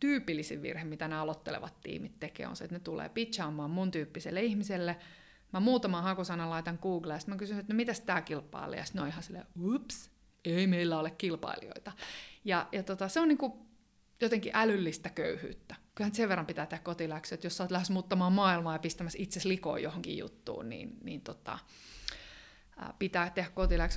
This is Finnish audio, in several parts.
tyypillisin virhe, mitä nämä aloittelevat tiimit tekee, on se, että ne tulee pitchaamaan mun tyyppiselle ihmiselle. Mä muutaman hakusanan laitan Googleen, ja sitten mä kysyn, että no mitäs tää kilpailee? Ja sitten ne on ihan silleen, ups, ei meillä ole kilpailijoita. Ja se on niinku jotenkin älyllistä köyhyyttä. Kyllähän sen verran pitää tehdä kotiläksyä, että jos sä oot lähes muuttamaan maailmaa ja pistämässä itsesi likoon johonkin juttuun, niin pitää tehdä kotiläksyt.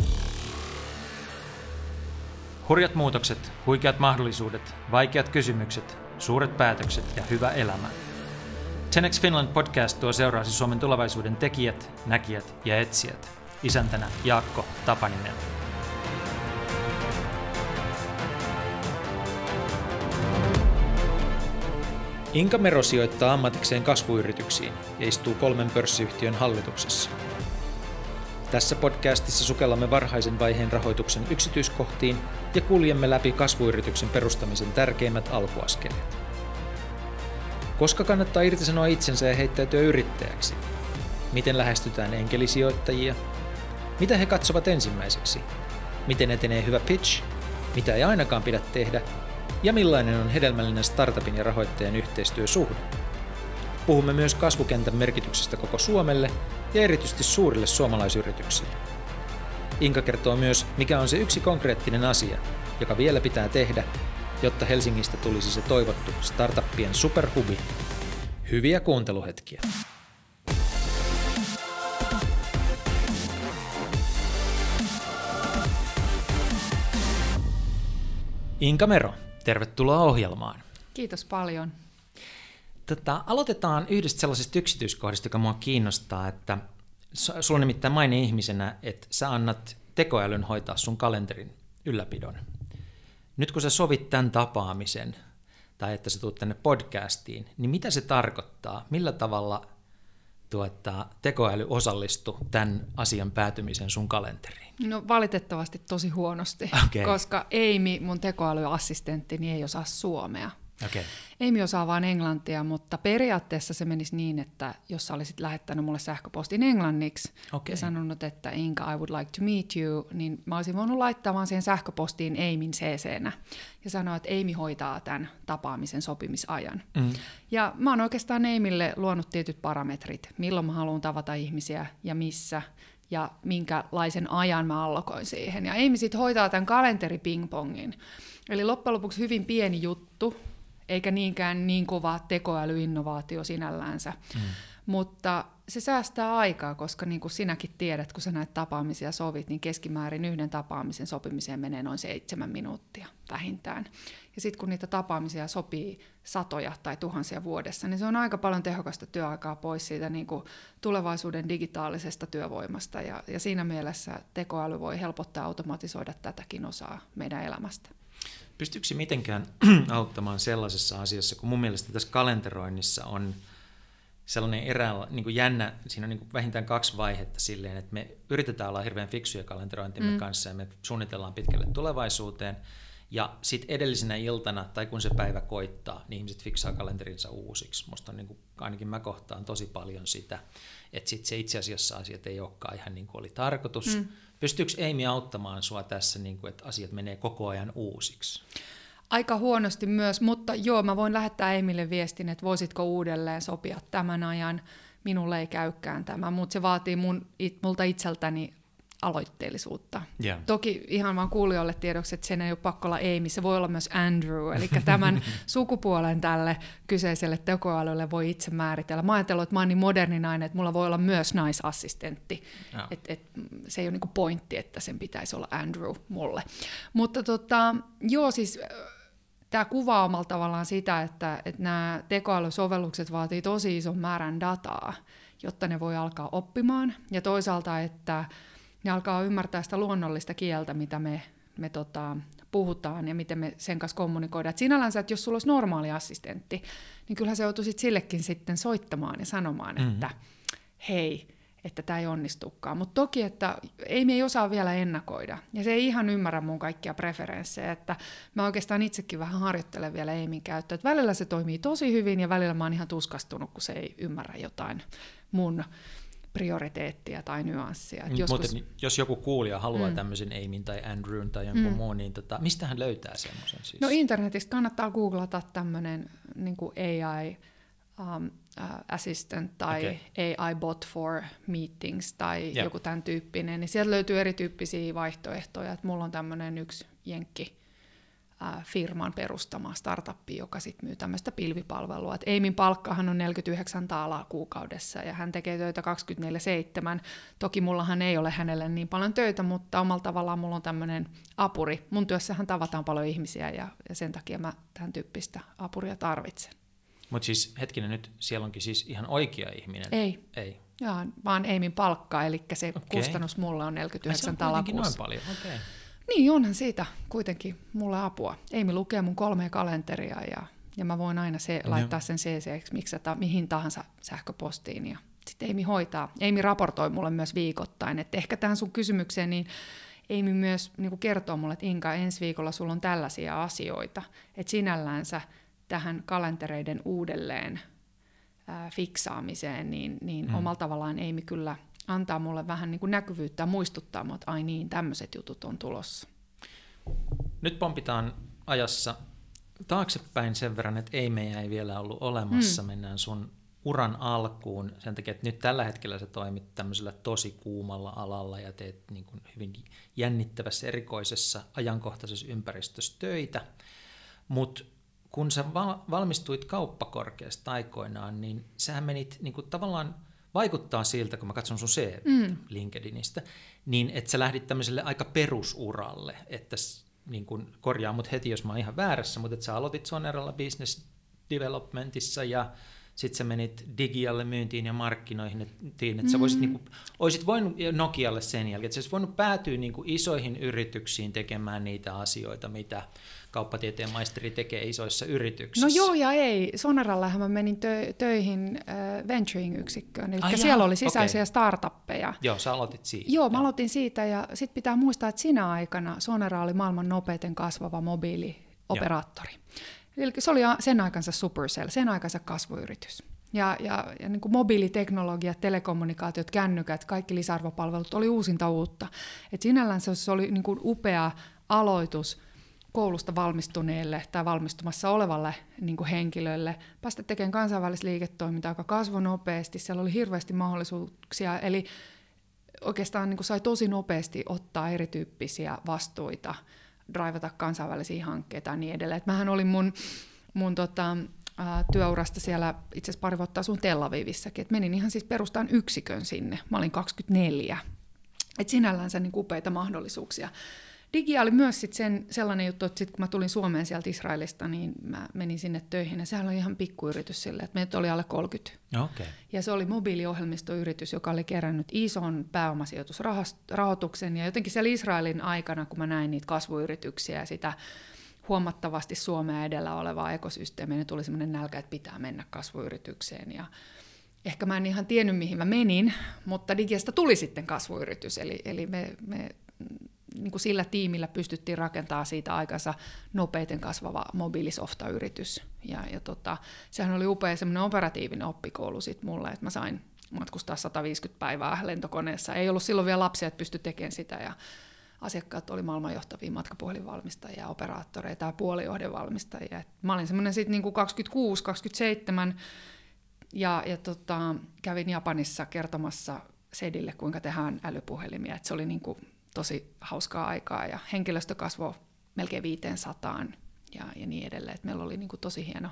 Hurjat muutokset, huikeat mahdollisuudet, vaikeat kysymykset, suuret päätökset ja hyvä elämä. 10X Finland podcast tuo seuraasi Suomen tulevaisuuden tekijät, näkijät ja etsijät. Isäntänä Jaakko Tapaninen. Inka Mero sijoittaa ammatikseen kasvuyrityksiin ja istuu 3 pörssiyhtiön hallituksessa. Tässä podcastissa sukellamme varhaisen vaiheen rahoituksen yksityiskohtiin ja kuljemme läpi kasvuyrityksen perustamisen tärkeimmät alkuaskeleet. Koska kannattaa irtisanoa itsensä ja heittäytyä yrittäjäksi? Miten lähestytään enkelisijoittajia? Mitä he katsovat ensimmäiseksi? Miten etenee hyvä pitch? Mitä ei ainakaan pidä tehdä? Ja millainen on hedelmällinen startupin ja rahoittajan yhteistyösuhde? Puhumme myös kasvukentän merkityksestä koko Suomelle ja erityisesti suurille suomalaisyrityksille. Inka kertoo myös, mikä on se yksi konkreettinen asia, joka vielä pitää tehdä, jotta Helsingistä tulisi se toivottu startuppien superhubi. Hyviä kuunteluhetkiä! Inka Mero, tervetuloa ohjelmaan. Kiitos paljon. Aloitetaan yhdestä sellaisesta yksityiskohdasta, joka mua kiinnostaa, että sulla on nimittäin maine ihmisenä, että sä annat tekoälyn hoitaa sun kalenterin ylläpidon. Nyt kun sä sovit tämän tapaamisen, tai että sä tulet tänne podcastiin, niin mitä se tarkoittaa? Millä tavalla tekoäly osallistui tämän asian päätymisen sun kalenteriin? No valitettavasti tosi huonosti, koska Amy, mun tekoälyassistentti, niin ei osaa suomea. Okay. Amy osaa vain englantia, mutta periaatteessa se menisi niin, että jos sä olisit lähettänyt mulle sähköpostin englanniksi ja sanonut, että Inka, I would like to meet you, niin mä olisin voinut laittaa vaan siihen sähköpostiin Amyn CC-nä ja sanoa, että Amy hoitaa tämän tapaamisen sopimisajan. Ja mä oon oikeastaan Amylle luonut tietyt parametrit, milloin mä haluan tavata ihmisiä ja missä ja minkälaisen ajan mä allokoin siihen. Ja Amy sit hoitaa tämän kalenteripingpongin. Eli loppujen lopuksi hyvin pieni juttu, eikä niinkään niin kova tekoälyinnovaatio sinällänsä. Mutta se säästää aikaa, koska niin kuin sinäkin tiedät, kun sä näitä tapaamisia sovit, niin keskimäärin yhden tapaamisen sopimiseen menee noin 7 minuuttia vähintään. Ja sitten kun niitä tapaamisia sopii satoja tai tuhansia vuodessa, niin se on aika paljon tehokasta työaikaa pois siitä niin kuin tulevaisuuden digitaalisesta työvoimasta. Ja siinä mielessä tekoäly voi helpottaa ja automatisoida tätäkin osaa meidän elämästä. Pystyykö se mitenkään auttamaan sellaisessa asiassa, kun mun mielestä tässä kalenteroinnissa on sellainen niin kuin jännä, siinä on niin kuin vähintään 2 vaihetta silleen, että me yritetään olla hirveän fiksuja kalenterointimme kanssa ja me suunnitellaan pitkälle tulevaisuuteen ja sitten edellisenä iltana tai kun se päivä koittaa, niin ihmiset fiksaa kalenterinsa uusiksi. Musta on niin kuin, ainakin mä kohtaan tosi paljon sitä, että sitten se itse asiassa asiat ei olekaan ihan niin kuin oli tarkoitus. Pystyykö Amy auttamaan sua tässä, niin kuin, että asiat menee koko ajan uusiksi? Aika huonosti myös, mutta joo, mä voin lähettää Amylle viestin, että voisitko uudelleen sopia tämän ajan. Minulle ei käykään tämä, mutta se vaatii multa itseltäni aloitteellisuutta. Yeah. Toki ihan vaan kuulijoille tiedoksi, että sen ei ole pakko olla Amy, se voi olla myös Andrew, eli tämän sukupuolen tälle kyseiselle tekoälylle voi itse määritellä. Mä ajattelin, että mä oon niin moderni nainen, että mulla voi olla myös naisassistentti. Yeah. Se ei ole niinku pointti, että sen pitäisi olla Andrew mulle. Mutta joo, siis tämä kuvaa omalla tavallaan sitä, että nämä tekoälysovellukset vaatii tosi ison määrän dataa, jotta ne voi alkaa oppimaan. Ja toisaalta, että ne alkaa ymmärtää sitä luonnollista kieltä, mitä me puhutaan ja miten me sen kanssa kommunikoidaan. Et sinällänsä, että jos sulla olisi normaali assistentti, niin kyllähän se joutuisit sillekin sitten soittamaan ja sanomaan, että hei, että tämä ei onnistukaan. Mutta toki, että Amy ei osaa vielä ennakoida. Ja se ei ihan ymmärrä mun kaikkia preferenssejä. Että mä oikeastaan itsekin vähän harjoittelen vielä Amyn käyttöä. Että välillä se toimii tosi hyvin ja välillä mä oon ihan tuskastunut, kun se ei ymmärrä jotain mun prioriteettia tai nyanssia. Mutta jos joku kuulija haluaa tämmöisen Amyn tai Andrewn tai jonkun muun, niin mistä hän löytää semmoisen? Siis? No internetistä kannattaa googlata tämmöinen niin kuin AI assistant tai AI bot for meetings tai joku tämän tyyppinen, niin sieltä löytyy erityyppisiä vaihtoehtoja. Että mulla on tämmöinen yksi jenkki firman perustama startuppi, joka sitten myy tämmöistä pilvipalvelua. Et Amyn palkkahan on 49 taalaa kuukaudessa ja hän tekee töitä 24/7. Toki mullahan ei ole hänelle niin paljon töitä, mutta omalla tavallaan mulla on tämmöinen apuri. Mun työssähän tavataan paljon ihmisiä ja sen takia mä tämän tyyppistä apuria tarvitsen. Mutta siis hetkinen nyt, siellä onkin siis ihan oikea ihminen. Ei. Jaa, vaan Amyn palkka, eli se kustannus mulle on 49 taalaa kuussa. Se on noin paljon, okei. Niin, onhan siitä kuitenkin mulle apua. Amy lukee mun 3 kalenteria ja mä voin aina laittaa sen CC-ksi mihin tahansa sähköpostiin. Ja sitten Amy hoitaa. Amy raportoi mulle myös viikoittain. Et ehkä tähän sun kysymykseen, niin Amy myös niin kertoo mulle, että Inka, ensi viikolla sulla on tällaisia asioita. Että sinällänsä tähän kalentereiden uudelleen fiksaamiseen, niin omalla tavallaan Amy kyllä antaa mulle vähän niin kuin näkyvyyttä ja muistuttaa, että ai niin, tämmöiset jutut on tulossa. Nyt pompitaan ajassa taaksepäin sen verran, että Amyä ei vielä ollut olemassa. Mennään sun uran alkuun sen takia, että nyt tällä hetkellä sä toimit tämmöisellä tosi kuumalla alalla ja teet niin kuin hyvin jännittävässä, erikoisessa, ajankohtaisessa ympäristössä töitä. Mutta kun sä valmistuit kauppakorkeasta aikoinaan, niin sähän menit niin kuin tavallaan vaikuttaa siltä, kun mä katson sun LinkedInistä, niin että sä lähdit tämmöiselle aika perusuralle, että niin kun korjaa mut heti, jos mä oon ihan väärässä, mutta että sä aloitit Soneralla business developmentissa ja sitten sä menit Digialle myyntiin ja markkinoihin, että sä voisit, niin kun, oisit voinut Nokialle sen jälkeen, että sä olisit voinut päätyä niin kun isoihin yrityksiin tekemään niitä asioita, mitä kauppatieteen maisteri tekee isoissa yrityksissä. No joo ja ei. Sonerallahan mä menin töihin venturing-yksikköön, eli siellä oli sisäisiä startuppeja. Joo, sä aloitit siitä. Joo, mä aloitin siitä ja sitten pitää muistaa, että sinä aikana Sonera oli maailman nopeiten kasvava mobiilioperaattori. Eli se oli sen aikansa Supercell, sen aikansa kasvuyritys. Ja niin kuin mobiiliteknologiat, telekommunikaatiot, kännykät, kaikki lisäarvopalvelut oli uusinta uutta. Et sinällään se oli niin kuin upea aloitus koulusta valmistuneelle tai valmistumassa olevalle niin kuin henkilölle päästä tekemään kansainvälistä liiketoimintaa, joka kasvoi nopeasti. Siellä oli hirveästi mahdollisuuksia, eli oikeastaan niin kuin sai tosi nopeasti ottaa erityyppisiä vastuita, draivata kansainvälisiä hankkeita ja niin edelleen. Et mähän olin mun työurasta siellä itse asiassa pari vuotta asuin Tel Avivissakin, että menin ihan siis perustaan yksikön sinne. Mä olin 24. Et sinällänsä niin upeita mahdollisuuksia. Digia oli myös sit sellainen juttu, että sit kun mä tulin Suomeen sieltä Israelista, niin mä menin sinne töihin, ja sehän oli ihan pikkuyritys silleen, että meitä oli alle 30. Okay. Ja se oli mobiiliohjelmistoyritys, joka oli kerännyt ison pääomasijoitusrahoituksen, ja jotenkin siellä Israelin aikana, kun mä näin niitä kasvuyrityksiä ja sitä huomattavasti Suomea edellä olevaa ekosysteemiä, niin tuli semmoinen nälkä, että pitää mennä kasvuyritykseen, ja ehkä mä en ihan tiennyt, mihin mä menin, mutta Digiasta tuli sitten kasvuyritys, eli me niin kuin sillä tiimillä pystyttiin rakentamaan siitä aikansa nopeiten kasvava mobiilisofta-yritys. Sehän oli upea semmoinen operatiivinen oppikoulu sit mulle, että mä sain matkustaa 150 päivää lentokoneessa. Ei ollut silloin vielä lapsia, että pystyi tekemään sitä, ja asiakkaat oli maailman johtavia matkapuhelinvalmistajia, operaattoreita ja puolijohdevalmistajia. Mä olin semmoinen sitten niin kuin 26-27, ja kävin Japanissa kertomassa Sedille, kuinka tehdään älypuhelimia. Et se oli niin kuin tosi hauskaa aikaa, ja henkilöstö kasvoi melkein 500 ja niin edelleen. Et meillä oli niin kuin tosi hieno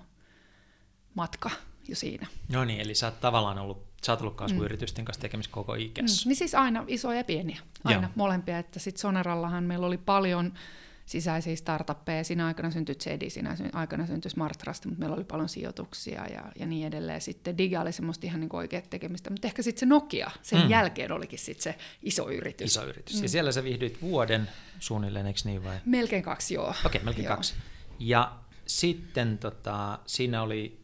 matka jo siinä. No niin, eli sä oot tavallaan ollut kasvuyritysten kanssa tekemisissä koko ikässä. Niin siis aina isoja ja pieniä, aina molempia. Että sit Sonerallahan meillä oli paljon sisäisiä startuppeja. Siinä aikana syntyi Zedi, siinä aikana syntyi SmartTrust, mutta meillä oli paljon sijoituksia ja niin edelleen. Sitten Digia oli semmoista ihan niin oikeat tekemistä, mutta ehkä sitten se Nokia, sen jälkeen olikin sitten se iso yritys. Iso yritys. Ja siellä sä viihdyit vuoden suunnilleen, eikö niin vai? Melkein 2, joo. Okei, melkein 2. Ja sitten siinä oli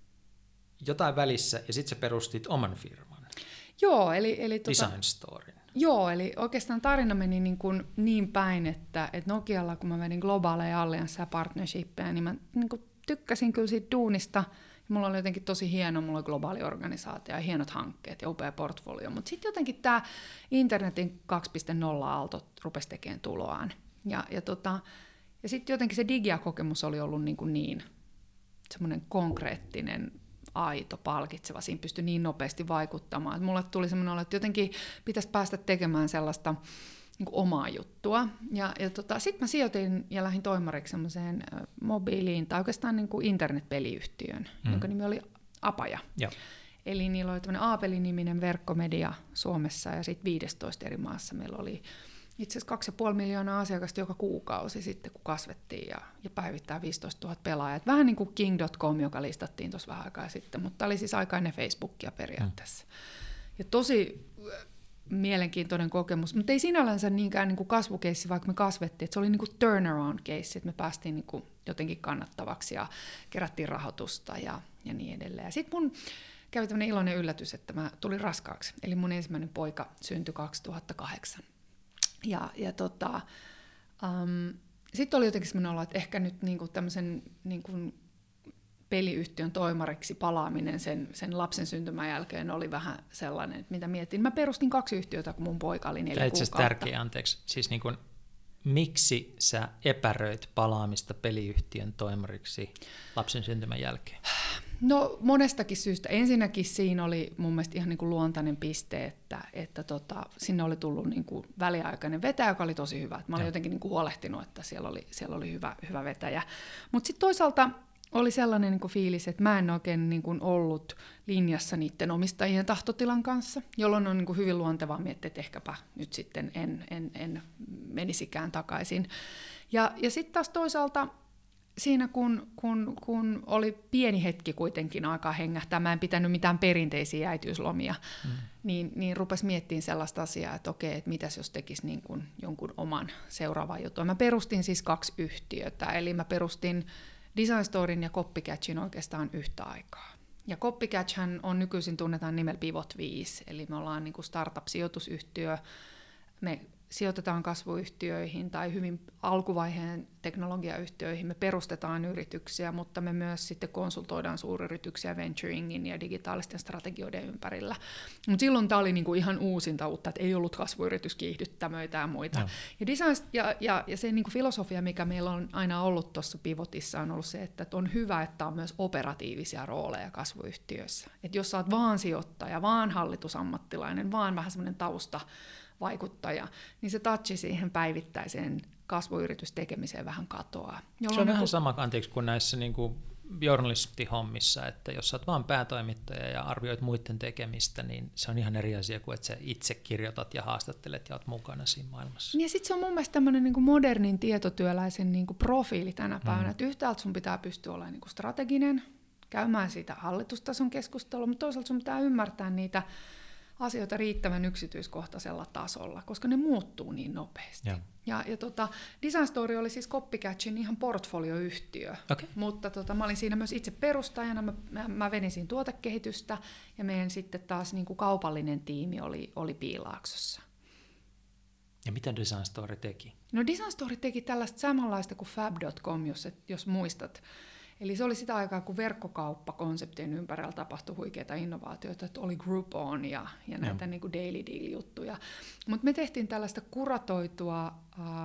jotain välissä, ja sitten sä perustit oman firman. Joo, eli Design Storyn. Joo, eli oikeastaan tarina meni niin päin, että Nokialla, kun mä vedin globaaleja alliansseja ja partnershippeja, niin mä niin kuin tykkäsin kyllä siitä duunista. mulla oli jotenkin tosi hieno, mulla oli globaali organisaatio ja hienot hankkeet ja upea portfolio, mutta sitten jotenkin tämä internetin 2.0-aalto rupesi tekemään tuloaan. Ja sitten jotenkin se digiakokemus oli ollut niin semmoinen konkreettinen, aito, palkitseva, siinä pystyi niin nopeasti vaikuttamaan. Että mulle tuli semmoinen olo, että jotenkin pitäisi päästä tekemään sellaista niin kuin omaa juttua. Ja sitten mä sijoitin ja lähdin toimariksi semmoiseen mobiiliin, tai oikeastaan niin kuin internetpeliyhtiöön, jonka nimi oli Apaja. Ja. Eli niillä oli tämmöinen A-peliniminen verkkomedia Suomessa, ja sitten 15 eri maassa meillä oli itse asiassa 2,5 miljoonaa asiakasta joka kuukausi sitten, kun kasvettiin ja päivittää 15 000 pelaajaa. Vähän niin kuin King.com, joka listattiin tuossa vähän aikaa sitten, mutta oli siis aikainen Facebookia periaatteessa. Ja tosi mielenkiintoinen kokemus, mutta ei sinällänsä niinkään niin kuin kasvukeissi, vaikka me kasvettiin. Että se oli niin kuin turnaround-keissi, että me päästiin niin kuin jotenkin kannattavaksi ja kerättiin rahoitusta ja niin edelleen. Ja sitten mun kävi tämmöinen iloinen yllätys, että mä tulin raskaaksi. Eli mun ensimmäinen poika syntyi 2008. Sitten oli jotenkin semmoinen olo, että ehkä nyt niinku tämmöisen niinku peliyhtiön toimariksi palaaminen sen lapsen syntymän jälkeen oli vähän sellainen, että mitä mietin. Mä perustin 2 yhtiötä, kun mun poika oli 4 kuukautta. Itse asiassa tärkeä, anteeksi. Siis niin kuin, miksi sä epäröit palaamista peliyhtiön toimariksi lapsen syntymän jälkeen? No monestakin syystä. Ensinnäkin siinä oli mun mielestä ihan niin kuin luontainen piste, että sinne oli tullut niin kuin väliaikainen vetäjä, joka oli tosi hyvä. Mä olin jotenkin niin kuin huolehtinut, että siellä oli hyvä vetäjä. Mutta sitten toisaalta oli sellainen niin kuin fiilis, että mä en oikein niin kuin ollut linjassa niiden omistajien tahtotilan kanssa, jolloin on niin kuin hyvin luontevaa miettiä, että ehkäpä nyt sitten en menisikään takaisin. Ja sitten taas toisaalta siinä kun oli pieni hetki kuitenkin aikaa hengähtää, mä en pitänyt mitään perinteisiä äitiyslomia, niin rupesi miettimään sellaista asiaa, että okei, että mitäs jos tekisi niin kuin jonkun oman seuraavan jutun. Mä perustin siis 2 yhtiötä, eli mä perustin Design Storyn ja Copycatchin oikeastaan yhtä aikaa. Ja Copycatchhän on nykyisin tunnetaan nimellä Pivot 5, eli me ollaan niin kuin startup-sijoitusyhtiö, me sijoitetaan kasvuyhtiöihin tai hyvin alkuvaiheen teknologiayhtiöihin, me perustetaan yrityksiä, mutta me myös sitten konsultoidaan suuryrityksiä venturingin ja digitaalisten strategioiden ympärillä. Mutta silloin tämä oli niinku ihan uusinta uutta, että ei ollut kasvuyrityskiihdyttämöitä ja muita. No. Ja se niinku filosofia, mikä meillä on aina ollut tuossa Pivotissa, on ollut se, että on hyvä, että on myös operatiivisia rooleja kasvuyhtiöissä. Että jos sä oot vaan sijoittaja, vaan hallitusammattilainen, vaan vähän semmoinen vaikuttaja, niin se touchi siihen päivittäiseen kasvuyritystekemiseen vähän katoaa. Se on vähän sama, anteeksi, kuin näissä niin kuin journalistihommissa, että jos sä oot vaan päätoimittaja ja arvioit muiden tekemistä, niin se on ihan eri asia kuin, että sä itse kirjoitat ja haastattelet ja oot mukana siinä maailmassa. Ja sitten se on mun mielestä tämmöinen niin kuin modernin tietotyöläisen niin kuin profiili tänä päivänä, että yhtäältä sun pitää pystyä olemaan niin kuin strateginen, käymään siitä hallitustason keskustelua, mutta toisaalta sun pitää ymmärtää niitä asioita riittävän yksityiskohtaisella tasolla, koska ne muuttuu niin nopeasti. Ja Design Story oli siis Copycatchin ihan portfolioyhtiö, mutta mä olin siinä myös itse perustajana, mä venin siinä tuotekehitystä, ja meidän sitten taas niin kuin kaupallinen tiimi oli Piilaaksossa. Ja mitä Design Story teki? No Design Story teki tällaista samanlaista kuin Fab.com, jos muistat. Eli se oli sitä aikaa, kun verkkokauppakonseptien ympärillä tapahtui huikeita innovaatioita, että oli Groupon ja näitä niin kuin Daily Deal-juttuja. Mutta me tehtiin tällaista kuratoitua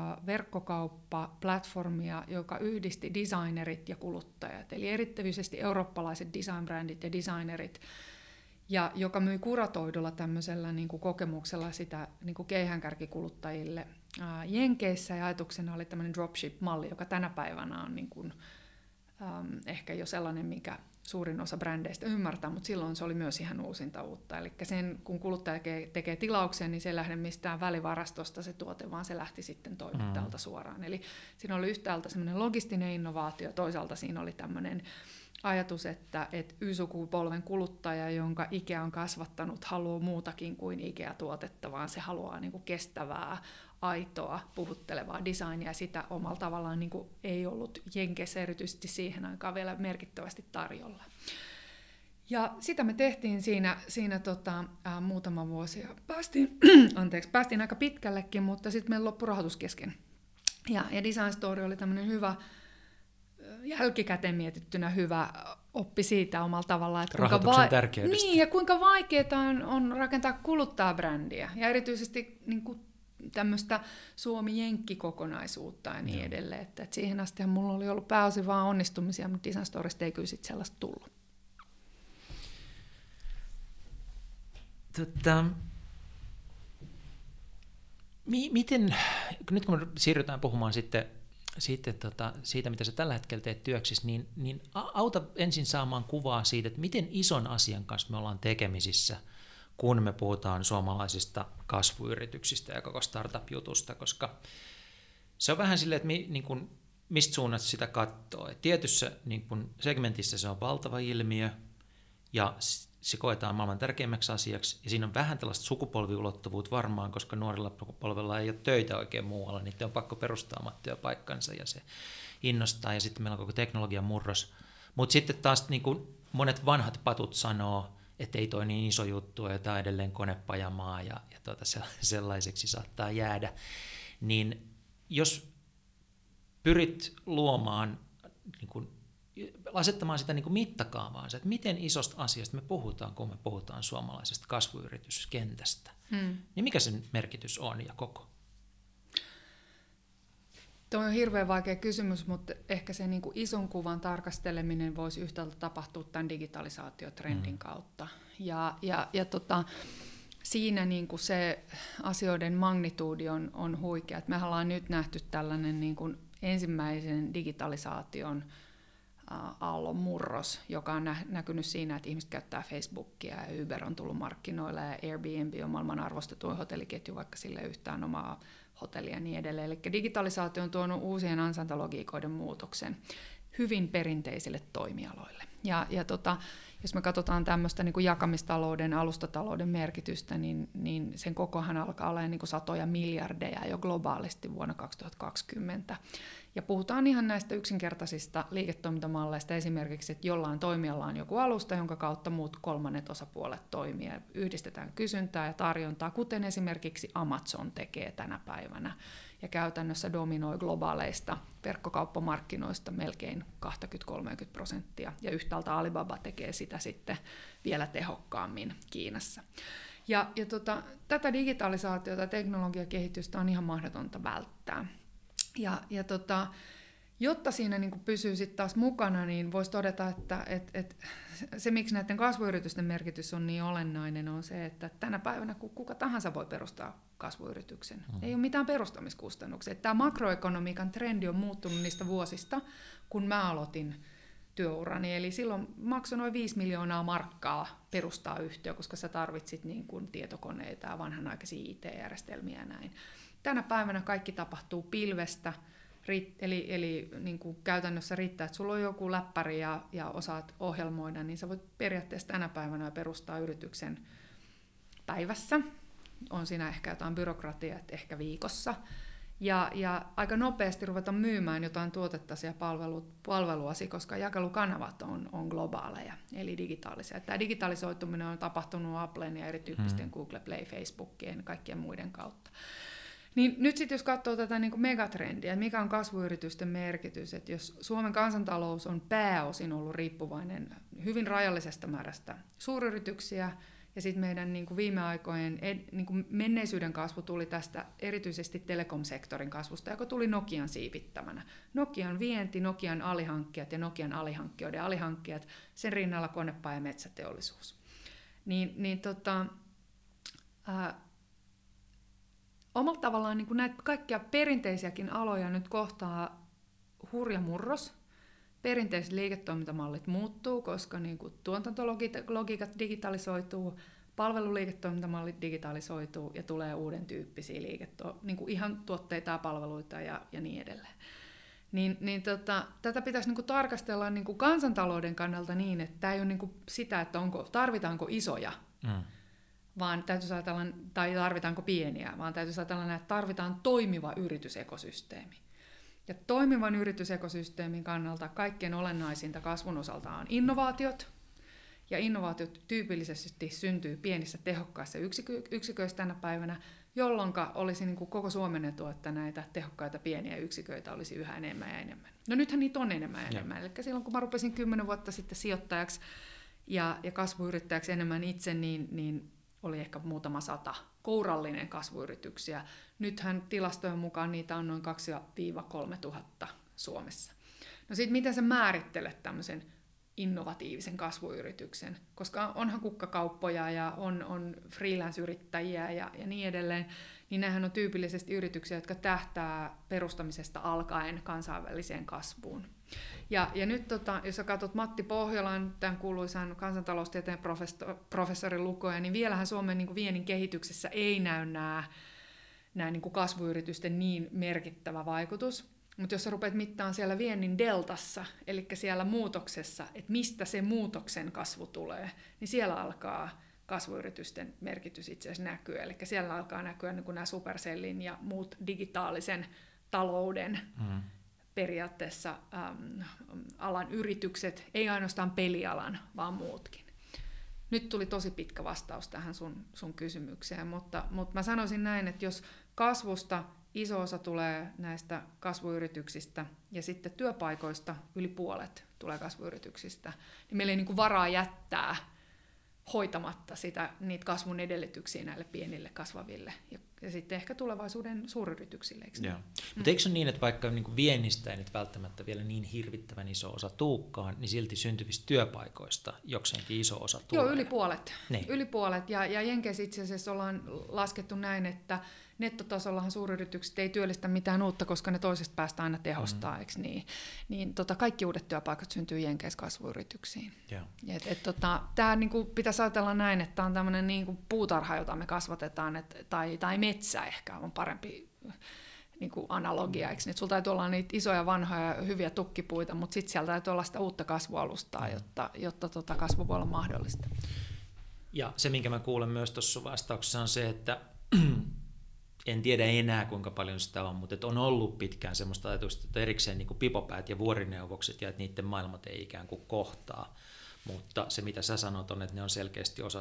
verkkokauppaplatformia, joka yhdisti designerit ja kuluttajat, eli erityisesti eurooppalaiset designbrändit ja designerit, ja joka myi kuratoidulla tämmöisellä niin kuin kokemuksella sitä niin kuin keihäänkärkikuluttajille Jenkeissä, ja ajatuksena oli tämmöinen dropship-malli, joka tänä päivänä on niin kuin ehkä jo sellainen, mikä suurin osa brändeistä ymmärtää, mutta silloin se oli myös ihan uusinta uutta. Eli sen, kun kuluttaja tekee tilauksen, niin se ei lähde mistään välivarastosta se tuote, vaan se lähti sitten toimittajalta suoraan. Eli siinä oli yhtäältä semmoinen logistinen innovaatio, toisaalta siinä oli tämmöinen ajatus, että Y-sukupolven kuluttaja, jonka IKEA on kasvattanut, haluaa muutakin kuin IKEA-tuotetta, vaan se haluaa niin kuin kestävää, aitoa, puhuttelevaa designia, ja sitä omalla tavallaan niin kuin ei ollut Jenkeissä erityisesti siihen aikaan vielä merkittävästi tarjolla. Ja sitä me tehtiin siinä muutama vuosi, ja päästiin aika pitkällekin, mutta sitten meillä loppui rahoitus kesken. Ja Design Story oli tämmöinen hyvä, jälkikäteen mietittynä hyvä oppi siitä omalla tavallaan, että rahoituksen tärkeydestä. Niin, ja kuinka vaikeaa on rakentaa kuluttajabrändiä, ja erityisesti niin kuin tämmöistä Suomi-Jenkki-kokonaisuutta ja niin edelleen. Että siihen astihan mulla oli ollut pääosin vaan onnistumisia, mutta Design Storysta ei kyllä sit sellaista tullut. Miten, nyt kun me siirrytään puhumaan sitten siitä, mitä sä tällä hetkellä teet työksessä, niin auta ensin saamaan kuvaa siitä, että miten ison asian kanssa me ollaan tekemisissä, kun me puhutaan suomalaisista kasvuyrityksistä ja koko startup-jutusta, koska se on vähän silleen, että mistä suunnasta sitä katsoo. Et tietyssä segmentissä se on valtava ilmiö, ja se koetaan maailman tärkeimmäksi asiaksi, ja siinä on vähän tällaista sukupolviulottuvuutta varmaan, koska nuorilla polvella ei ole töitä oikein muualla, niitä on pakko perustaa omat työpaikkansa, ja se innostaa, ja sitten meillä on koko teknologian murros. Mutta sitten taas monet vanhat patut sanoo, että ei toi niin iso juttu, ja tämä on edelleen konepajamaa, ja sellaiseksi saattaa jäädä. Niin jos pyrit luomaan, asettamaan sitä mittakaavaansa, että miten isosta asiasta me puhutaan, kun me puhutaan suomalaisesta kasvuyrityskentästä, niin mikä sen merkitys on ja koko? Tuo on hirveän vaikea kysymys, mutta ehkä se ison kuvan tarkasteleminen voisi yhtäältä tapahtua tämän digitalisaatiotrendin kautta. Siinä se asioiden magnituudi on huikea. Me ollaan nyt nähty tällainen ensimmäisen digitalisaation aallon murros, joka on näkynyt siinä, että ihmiset käyttää Facebookia ja Uber on tullut markkinoille ja Airbnb on maailman arvostetuin hotelliketju, vaikka sille ei yhtään omaa hotellia ja niin edelleen. Eli digitalisaatio on tuonut uusien ansaintalogiikoiden muutoksen hyvin perinteisille toimialoille. Jos me katsotaan tämmöistä jakamistalouden, alustatalouden merkitystä, niin sen kokohan alkaa olla satoja miljardeja jo globaalisti vuonna 2020. Ja puhutaan ihan näistä yksinkertaisista liiketoimintamalleista, esimerkiksi, että jollain toimijalla on joku alusta, jonka kautta muut kolmannet osapuolet toimii. Yhdistetään kysyntää ja tarjontaa, kuten esimerkiksi Amazon tekee tänä päivänä. Ja käytännössä dominoi globaaleista verkkokauppamarkkinoista melkein 20-30%. Ja yhtäältä Alibaba tekee sitä sitten vielä tehokkaammin Kiinassa. Tätä digitalisaatiota ja teknologiakehitystä on ihan mahdotonta välttää. Jotta siinä pysyy sitten taas mukana, niin voisi todeta, että se, miksi näiden kasvuyritysten merkitys on niin olennainen, on se, että tänä päivänä kuka tahansa voi perustaa kasvuyrityksen. Ei ole mitään perustamiskustannuksia. Tämä makroekonomiikan trendi on muuttunut niistä vuosista, kun mä aloitin työurani. Eli silloin maksoi noin 5 miljoonaa markkaa perustaa yhtiö, koska sä tarvitsit tietokoneita ja vanhanaikaisia IT-järjestelmiä ja näin. Tänä päivänä kaikki tapahtuu pilvestä, eli käytännössä riittää, että sulla on joku läppäri ja osaat ohjelmoida, niin sä voit periaatteessa tänä päivänä perustaa yrityksen päivässä. On siinä ehkä jotain byrokratiaa, ehkä viikossa. Ja aika nopeasti ruveta myymään jotain tuotettasi ja palveluasi, koska jakelukanavat on globaaleja, eli digitaalisia. Tämä digitalisoituminen on tapahtunut Applen ja erityyppisten Google Play, Facebookien ja kaikkien muiden kautta. Niin nyt sitten jos katsoo tätä megatrendiä, mikä on kasvuyritysten merkitys, että jos Suomen kansantalous on pääosin ollut riippuvainen hyvin rajallisesta määrästä suuryrityksiä, ja sitten meidän viime aikojen menneisyyden kasvu tuli tästä erityisesti telekom-sektorin kasvusta, joka tuli Nokian siivittämänä. Nokian vienti, Nokian alihankkijat ja Nokian alihankkijoiden alihankkijat, sen rinnalla konepaja ja metsäteollisuus. Omalla tavallaan näitä kaikkia perinteisiäkin aloja nyt kohtaa hurja murros. Perinteiset liiketoimintamallit muuttuu, koska tuotantologiikat digitalisoituu, palveluliiketoimintamallit digitalisoituu ja tulee uuden tyyppisiä ihan tuotteita ja palveluita ja niin edelleen. Tätä pitäisi tarkastella kansantalouden kannalta niin, että tämä ei ole sitä, että tarvitaanko isoja, vaan täytyisi ajatella, tai tarvitaanko pieniä, vaan täytyisi ajatella, että tarvitaan toimiva yritysekosysteemi. Ja toimivan yritysekosysteemin kannalta kaikkein olennaisinta kasvun osalta on innovaatiot. Ja innovaatiot tyypillisesti syntyy pienissä tehokkaissa yksiköissä tänä päivänä, jolloin olisi niin kuin koko Suomen etu, että näitä tehokkaita pieniä yksiköitä olisi yhä enemmän ja enemmän. No nythän niitä on enemmän ja enemmän. Eli silloin kun mä rupesin 10 vuotta sitten sijoittajaksi ja kasvuyrittäjäksi enemmän itse, niin oli ehkä muutama 100 kourallinen kasvuyrityksiä. Nythän tilastojen mukaan niitä on noin 2-3 tuhatta Suomessa. No sitten miten sä määrittelet tämmöisen innovatiivisen kasvuyrityksen, koska onhan kukkakauppoja ja on freelance-yrittäjiä ja niin edelleen, niin nämähän on tyypillisesti yrityksiä, jotka tähtää perustamisesta alkaen kansainväliseen kasvuun. Ja nyt jos sä katsot Matti Pohjolan, tämän kuuluisan kansantaloustieteen professorin lukuja, niin vielähän Suomen niin kuin viennin kehityksessä ei näy nämä niin kuin kasvuyritysten niin merkittävä vaikutus. Mutta jos sä rupeat mittaamaan siellä viennin deltassa, eli siellä muutoksessa, että mistä se muutoksen kasvu tulee, niin siellä alkaa kasvuyritysten merkitys itse asiassa näkyä. Eli siellä alkaa näkyä niin kuin nämä Supercellin ja muut digitaalisen talouden periaatteessa alan yritykset, ei ainoastaan pelialan, vaan muutkin. Nyt tuli tosi pitkä vastaus tähän sun kysymykseen, mutta mä sanoisin näin, että jos kasvusta iso osa tulee näistä kasvuyrityksistä ja sitten työpaikoista yli puolet tulee kasvuyrityksistä, niin meillä ei niin kuin varaa jättää hoitamatta niitä kasvun edellytyksiä näille pienille kasvaville ja sitten ehkä tulevaisuuden suuryrityksille. Mutta eikö se ole niin, että vaikka niin kuin viennistä ei nyt välttämättä vielä niin hirvittävän iso osa tuukkaan, niin silti syntyvistä työpaikoista jokseenkin iso osa tulee? Joo, yli puolet. Niin. Yli puolet. Ja Jenkeissä itse asiassa ollaan laskettu näin, että nettotasollahan suuryritykset ei työllistä mitään uutta, koska ne toisesta päästä aina tehostaa, eikö niin? Niin kaikki uudet työpaikat syntyy Jenkeissä kasvuyrityksiin. Tämä niinku pitäisi ajatella näin, että tämä on tämmöinen niinku puutarha, jota me kasvatetaan, tai metsä ehkä on parempi niinku analogia, eikö niin? Sulla täytyy olla niitä isoja, vanhoja, hyviä tukkipuita, mutta sitten siellä täytyy olla sitä uutta kasvualustaa, jotta kasvu voi olla mahdollista. Ja se, minkä mä kuulen myös tuossa vastauksessa, on se, että en tiedä enää, kuinka paljon sitä on, mutta on ollut pitkään semmoista ajatusta, että erikseen niin kuin pipopäät ja vuorineuvokset ja että niiden maailmat ei ikään kuin kohtaa. Mutta se, mitä sä sanot, on, että ne on selkeästi osa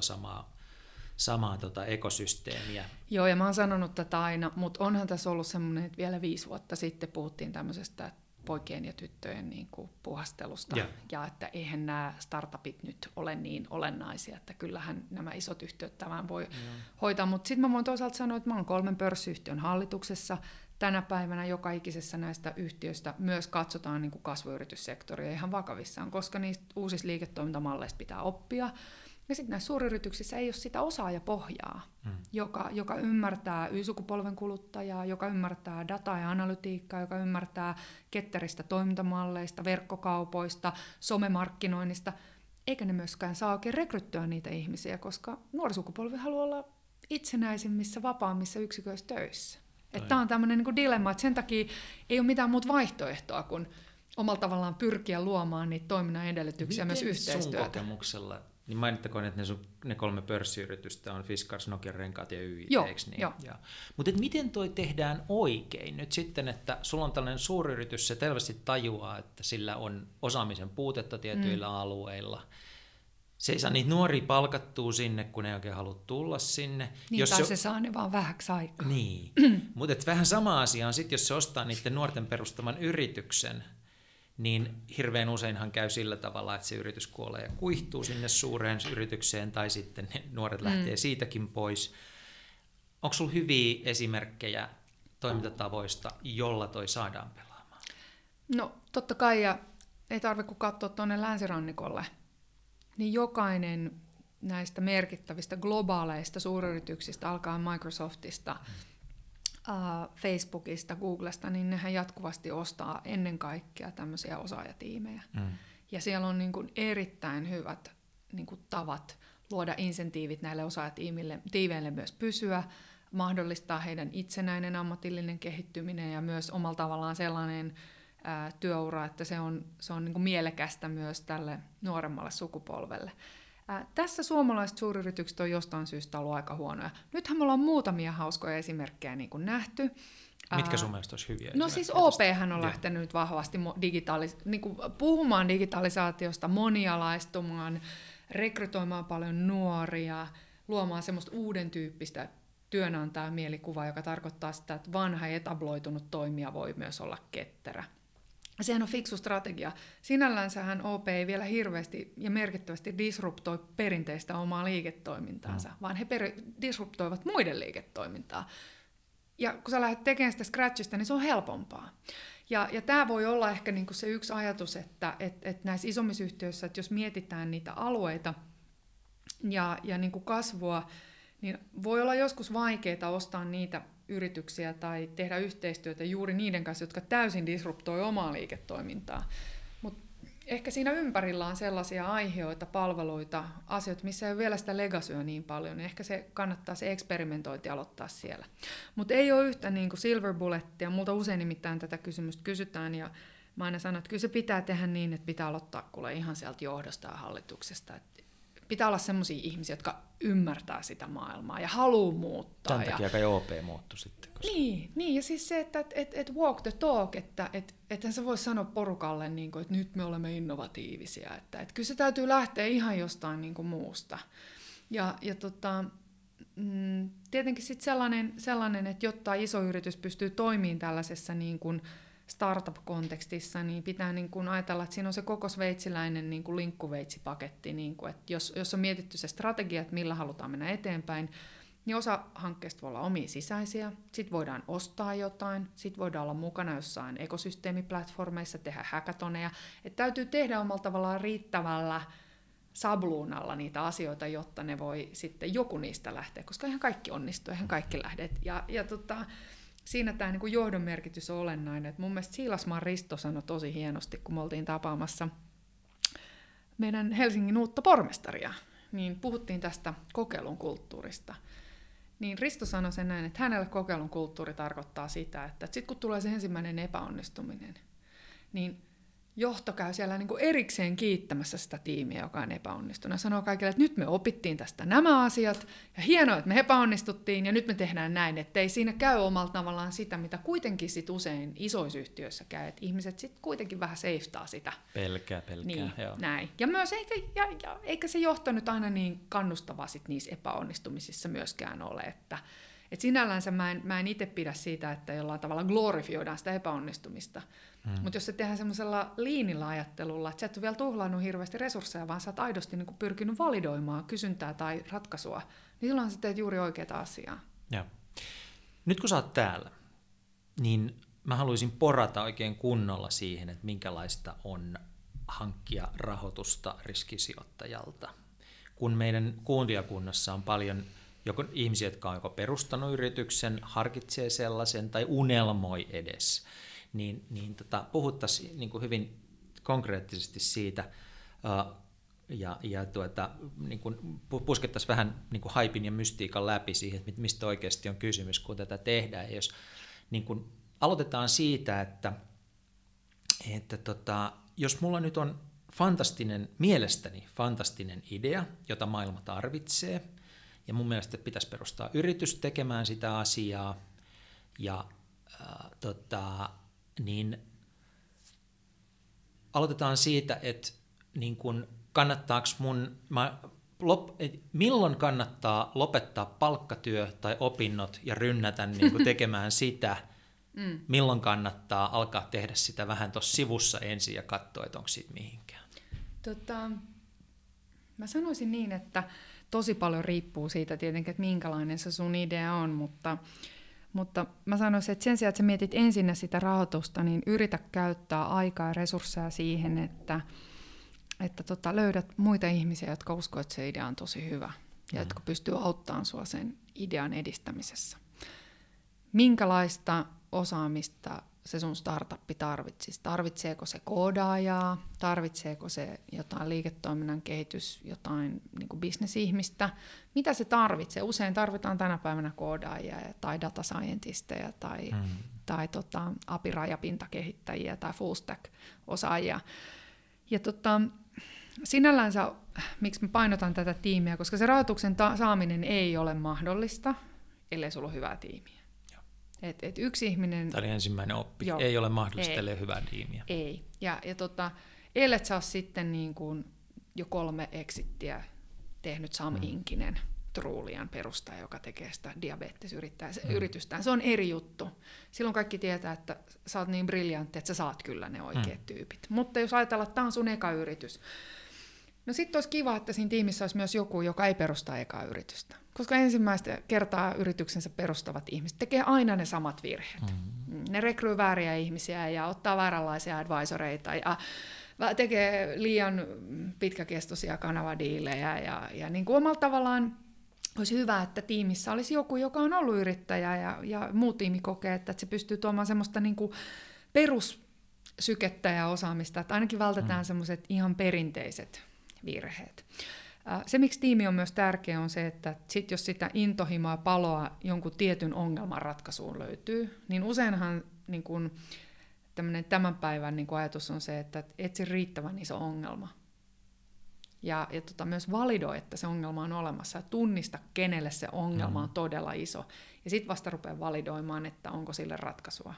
samaa ekosysteemiä. Joo, ja mä oon sanonut tätä aina, mutta onhan tässä ollut semmoinen, että vielä 5 vuotta sitten puhuttiin tämmöisestä poikien ja tyttöjen niin kuin puhastelusta, ja että eihän nämä startupit nyt ole niin olennaisia, että kyllähän nämä isot yhtiöt tämän voi hoitaa, mutta sitten mä voin toisaalta sanoa, että mä oon 3 pörssiyhtiön hallituksessa. Tänä päivänä joka ikisessä näistä yhtiöistä myös katsotaan niin kuin kasvuyrityssektoria ihan vakavissaan, koska niistä uusista liiketoimintamalleista pitää oppia. Ja sitten näissä suuryrityksissä ei ole sitä osaajapohjaa, joka ymmärtää Y-sukupolven kuluttajaa, joka ymmärtää dataa ja analytiikkaa, joka ymmärtää ketteristä toimintamalleista, verkkokaupoista, somemarkkinoinnista, eikä ne myöskään saa oikein rekryttyä niitä että koska nuori sukupolvi haluaa olla itsenäisimmissä, vapaammissa yksiköissä töissä. Tämä on tämmöinen niin dilemma, että sen takia ei ole mitään muuta vaihtoehtoa kuin omalla tavallaan pyrkiä luomaan niitä toiminnan edellytyksiä myös yhteistyötä. Miten sun kokemuksella, niin mainittakoon, että ne 3 pörssiyritystä on Fiskars, Nokian Renkaat ja YIT, eikö niin? Joo. Mutta miten toi tehdään oikein nyt sitten, että sulla on tällainen suuryritys, se selvästi tajuaa, että sillä on osaamisen puutetta tietyillä alueilla. Se ei saa niitä nuoria palkattua sinne, kun ei oikein halua tulla sinne. Niin, tai se saa ne vaan vähäksi aikaa. Niin, mutta vähän sama asia on sitten, jos se ostaa niiden nuorten perustaman yrityksen, niin hirveän useinhan käy sillä tavalla, että se yritys kuolee ja kuihtuu sinne suureen yritykseen, tai sitten ne nuoret lähtee siitäkin pois. Onko sulla hyviä esimerkkejä toimintatavoista, jolla toi saadaan pelaamaan? No totta kai, ja ei tarvitse kun katsoa tuonne länsirannikolle, niin jokainen näistä merkittävistä globaaleista suuryrityksistä, alkaen Microsoftista, Facebookista, Googlesta, niin nehän jatkuvasti ostaa ennen kaikkea tämmöisiä osaajatiimejä. Ja siellä on niin kuin erittäin hyvät niin kuin tavat luoda insentiivit näille osaajatiiveille myös pysyä, mahdollistaa heidän itsenäinen ammatillinen kehittyminen ja myös omalla tavallaan sellainen työura, että se on niin kuin mielekästä myös tälle nuoremmalle sukupolvelle. Tässä suomalaiset suuryritykset on jostain syystä ollut aika huonoja. Nythän me ollaan muutamia hauskoja esimerkkejä niin kuin nähty. Mitkä sun mielestä olisi hyviä? No siis OP:hän on lähtenyt nyt vahvasti niin kuin puhumaan digitalisaatiosta, monialaistumaan, rekrytoimaan paljon nuoria, luomaan semmoista uuden tyyppistä työnantajan mielikuva, joka tarkoittaa sitä, että vanha etabloitunut toimija voi myös olla ketterä. Sehän on fiksu strategia. Sinällänsähän OP ei vielä hirveästi ja merkittävästi disruptoi perinteistä omaa liiketoimintaansa, vaan he disruptoivat muiden liiketoimintaa. Ja kun sä lähdet tekemään sitä scratchista, niin se on helpompaa. Ja tämä voi olla ehkä niinku se yksi ajatus, että näissä isommissa yhtiöissä, että jos mietitään niitä alueita ja niinku kasvua, niin voi olla joskus vaikeaa ostaa niitä yrityksiä tai tehdä yhteistyötä juuri niiden kanssa, jotka täysin disruptoi omaa liiketoimintaa. Mutta ehkä siinä ympärillä on sellaisia aiheita, palveluita, asioita, missä ei ole vielä sitä legacyä niin paljon, niin ehkä se kannattaa se eksperimentointi aloittaa siellä. Mutta ei ole yhtä niin kuin silver bullettia, multa usein nimittäin tätä kysymystä kysytään, ja mä aina sanon, että kyllä se pitää tehdä niin, että pitää aloittaa kuule ihan sieltä johdosta ja hallituksesta. Et pitää olla sellaisia ihmisiä, jotka ymmärtää sitä maailmaa ja haluaa muuttaa. Tämän takia kai OP muuttui sitten. Koska... Niin, ja siis se, että walk the talk, että sä vois sanoa porukalle, niin kuin, että nyt me olemme innovatiivisia. Että kyllä se täytyy lähteä ihan jostain niin kuin muusta. Ja tietenkin sitten sellainen, että jotta iso yritys pystyy toimimaan tällaisessa niin kuin startup-kontekstissa, niin pitää niin kuin ajatella, että siinä on se koko sveitsiläinen niin kuin linkkuveitsipaketti, niin kuin, että jos on mietitty se strategia, että millä halutaan mennä eteenpäin, niin osa hankkeesta voi olla omia sisäisiä, sitten voidaan ostaa jotain, sitten voidaan olla mukana jossain ekosysteemiplatformeissa, tehdä hackathoneja, että täytyy tehdä omalla tavallaan riittävällä sabluunalla niitä asioita, jotta ne voi sitten joku niistä lähteä, koska eihän kaikki onnistu, eihän kaikki lähde. Siinä tämä niin kuin johdon merkitys on olennainen. Et mun mielestä Siilasmaan Risto sanoi tosi hienosti, kun me oltiin tapaamassa meidän Helsingin uutta pormestaria, niin puhuttiin tästä kokeilun kulttuurista. Niin Risto sanoi sen näin, että hänelle kokeilun kulttuuri tarkoittaa sitä, että sitten kun tulee se ensimmäinen epäonnistuminen, niin johto käy siellä niin kuin erikseen kiittämässä sitä tiimiä, joka on epäonnistunut. Ja sanoo kaikille, että nyt me opittiin tästä nämä asiat, ja hienoa, että me epäonnistuttiin, ja nyt me tehdään näin. Että ei siinä käy omalla tavallaan sitä, mitä kuitenkin sit usein isoissa yhtiöissä käy, että ihmiset sitten kuitenkin vähän seiftaa sitä. Pelkää, niin, joo. Näin. Ja myös eikä se johto nyt aina niin kannustava sit niissä epäonnistumisissa myöskään ole, että sinällänsä mä en itse pidä siitä, että jollain tavalla glorifioidaan sitä epäonnistumista. Mutta jos se tehdään semmoisella liinillä ajattelulla, että sä et ole vielä tuhlannut hirveästi resursseja, vaan sä oot aidosti niin kuin pyrkinyt validoimaan kysyntää tai ratkaisua, niin silloin sä teet juuri oikeaa asiaa. Ja. Nyt kun sä oot täällä, niin mä haluaisin porata oikein kunnolla siihen, että minkälaista on hankkia rahoitusta riskisijoittajalta. Kun meidän kuuntelijakunnassa on paljon joko ihmisiä, jotka on joko perustanut yrityksen, harkitsee sellaisen tai unelmoi edes, niin puhuttaisiin niin kuin hyvin konkreettisesti siitä ja niin kuin puskettaisiin vähän niin kuin haipin ja mystiikan läpi siihen, että mistä oikeasti on kysymys, kun tätä tehdään. Ja jos niin kuin aloitetaan siitä, että jos mulla nyt on mielestäni fantastinen idea, jota maailma tarvitsee, ja mun mielestä pitäisi perustaa yritys tekemään sitä asiaa, ja niin aloitetaan siitä, että niin kun milloin kannattaa lopettaa palkkatyö tai opinnot ja rynnätä niin kun tekemään sitä, milloin kannattaa alkaa tehdä sitä vähän tuossa sivussa ensin ja katsoa, että onko siitä mihinkään. Mä sanoisin niin, että tosi paljon riippuu siitä tietenkin, että minkälainen se sun idea on, mutta mä sanoisin, että sen sijaan, että sä mietit ensinnä sitä rahoitusta, niin yritä käyttää aikaa ja resursseja siihen, että löydät muita ihmisiä, jotka uskoo, että se idea on tosi hyvä ja jotka pystyy auttamaan sua sen idean edistämisessä. Minkälaista osaamista se sun startuppi tarvitsisi? Tarvitseeko se koodaajaa? Tarvitseeko se jotain liiketoiminnan kehitys, jotain niin kuin bisnesihmistä? Mitä se tarvitsee? Usein tarvitaan tänä päivänä koodaajia tai data scientisteja tai API-rajapintakehittäjiä tai full stack osaajia. Ja sinällänsä, miksi mä painotan tätä tiimiä, koska se rahoituksen saaminen ei ole mahdollista, ellei sulla ole hyvää tiimiä. Et yksi ihminen... Tämä oli ensimmäinen oppi. Joo, ei ole mahdollista, ellei hyvää tiimiä. Ei. Ja ellet sä ole sitten niin kuin jo 3 exittiä tehnyt Sam Inkinen. Trulian perustaja, joka tekee sitä diabetesyritystään. Se on eri juttu. Silloin kaikki tietää, että sä oot niin briljantti, että sä saat kyllä ne oikeat tyypit. Mutta jos ajatellaan, että tämä on sun eka yritys, no sitten olisi kiva, että siinä tiimissä olisi myös joku, joka ei perusta ekaa yritystä. Koska ensimmäistä kertaa yrityksensä perustavat ihmiset tekee aina ne samat virheet. Ne rekryy vääriä ihmisiä ja ottaa vääränlaisia advisoreita ja tekee liian pitkäkestoisia kanavadiilejä. Ja niin kuin omalla tavallaan olisi hyvä, että tiimissä olisi joku, joka on ollut yrittäjä ja muu tiimi kokee, että se pystyy tuomaan semmoista niin kuin perussykettä ja osaamista, että ainakin vältetään semmoiset ihan perinteiset virheet. Se, miksi tiimi on myös tärkeä, on se, että jos sitä intohimoa ja paloa jonkun tietyn ongelman ratkaisuun löytyy, niin useinhan niin kun, tämän päivän niin kun ajatus on se, että etsi riittävän iso ongelma. Ja myös validoi, että se ongelma on olemassa ja tunnista, kenelle se ongelma on todella iso. Ja sitten vasta rupeaa validoimaan, että onko sille ratkaisua.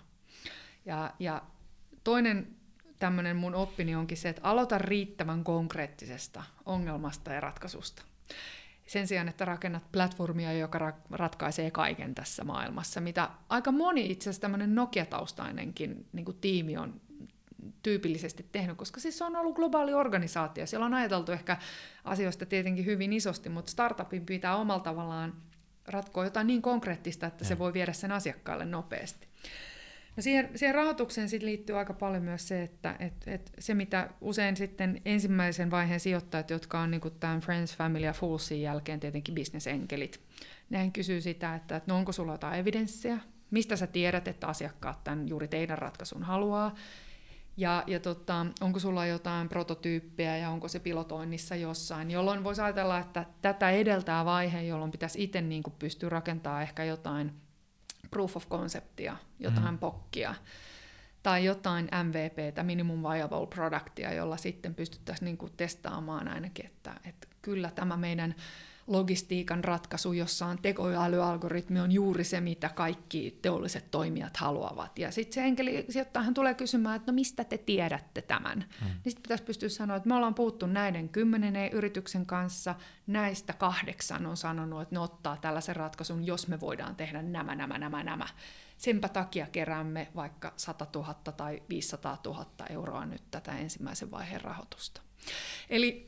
Ja toinen tämmöinen mun oppini onkin se, että aloita riittävän konkreettisesta ongelmasta ja ratkaisusta. Sen sijaan, että rakennat platformia, joka ratkaisee kaiken tässä maailmassa, mitä aika moni itse asiassa tämmöinen Nokia-taustainenkin niin kuin tiimi on tyypillisesti tehnyt, koska siis se on ollut globaali organisaatio. Siellä on ajateltu ehkä asioista tietenkin hyvin isosti, mutta startupin pitää omalla tavallaan ratkoa jotain niin konkreettista, että se voi viedä sen asiakkaalle nopeasti. No siihen rahoitukseen sit liittyy aika paljon myös se, että se mitä usein sitten ensimmäisen vaiheen sijoittajat, jotka on niin kuin tämän Friends, Family ja Foolsin jälkeen tietenkin bisnesenkelit, nehän kysyy sitä, että no onko sulla jotain evidenssiä, mistä sä tiedät, että asiakkaat tämän juuri teidän ratkaisun haluaa, ja onko sulla jotain prototyyppejä ja onko se pilotoinnissa jossain, jolloin voisi ajatella, että tätä edeltää vaihe, jolloin pitäisi itse niin kuin pystyä rakentamaan ehkä jotain proof of conceptia, jotain pokkia, tai jotain MVPtä, minimum viable productia, jolla sitten pystyttäisiin niin kuin testaamaan ainakin, että kyllä tämä meidän logistiikan ratkaisu, jossa on tekoälyalgoritmi, on juuri se, mitä kaikki teolliset toimijat haluavat. Ja sitten se enkelisijoittajahan tulee kysymään, että no mistä te tiedätte tämän? Niin sitten pitäisi pystyä sanoa, että me ollaan puhuttu näiden 10 yrityksen kanssa, näistä 8 on sanonut, että ne ottaa tällaisen ratkaisun, jos me voidaan tehdä nämä. Senpä takia keräämme vaikka 100 000 tai 500 000 euroa nyt tätä ensimmäisen vaiheen rahoitusta. Eli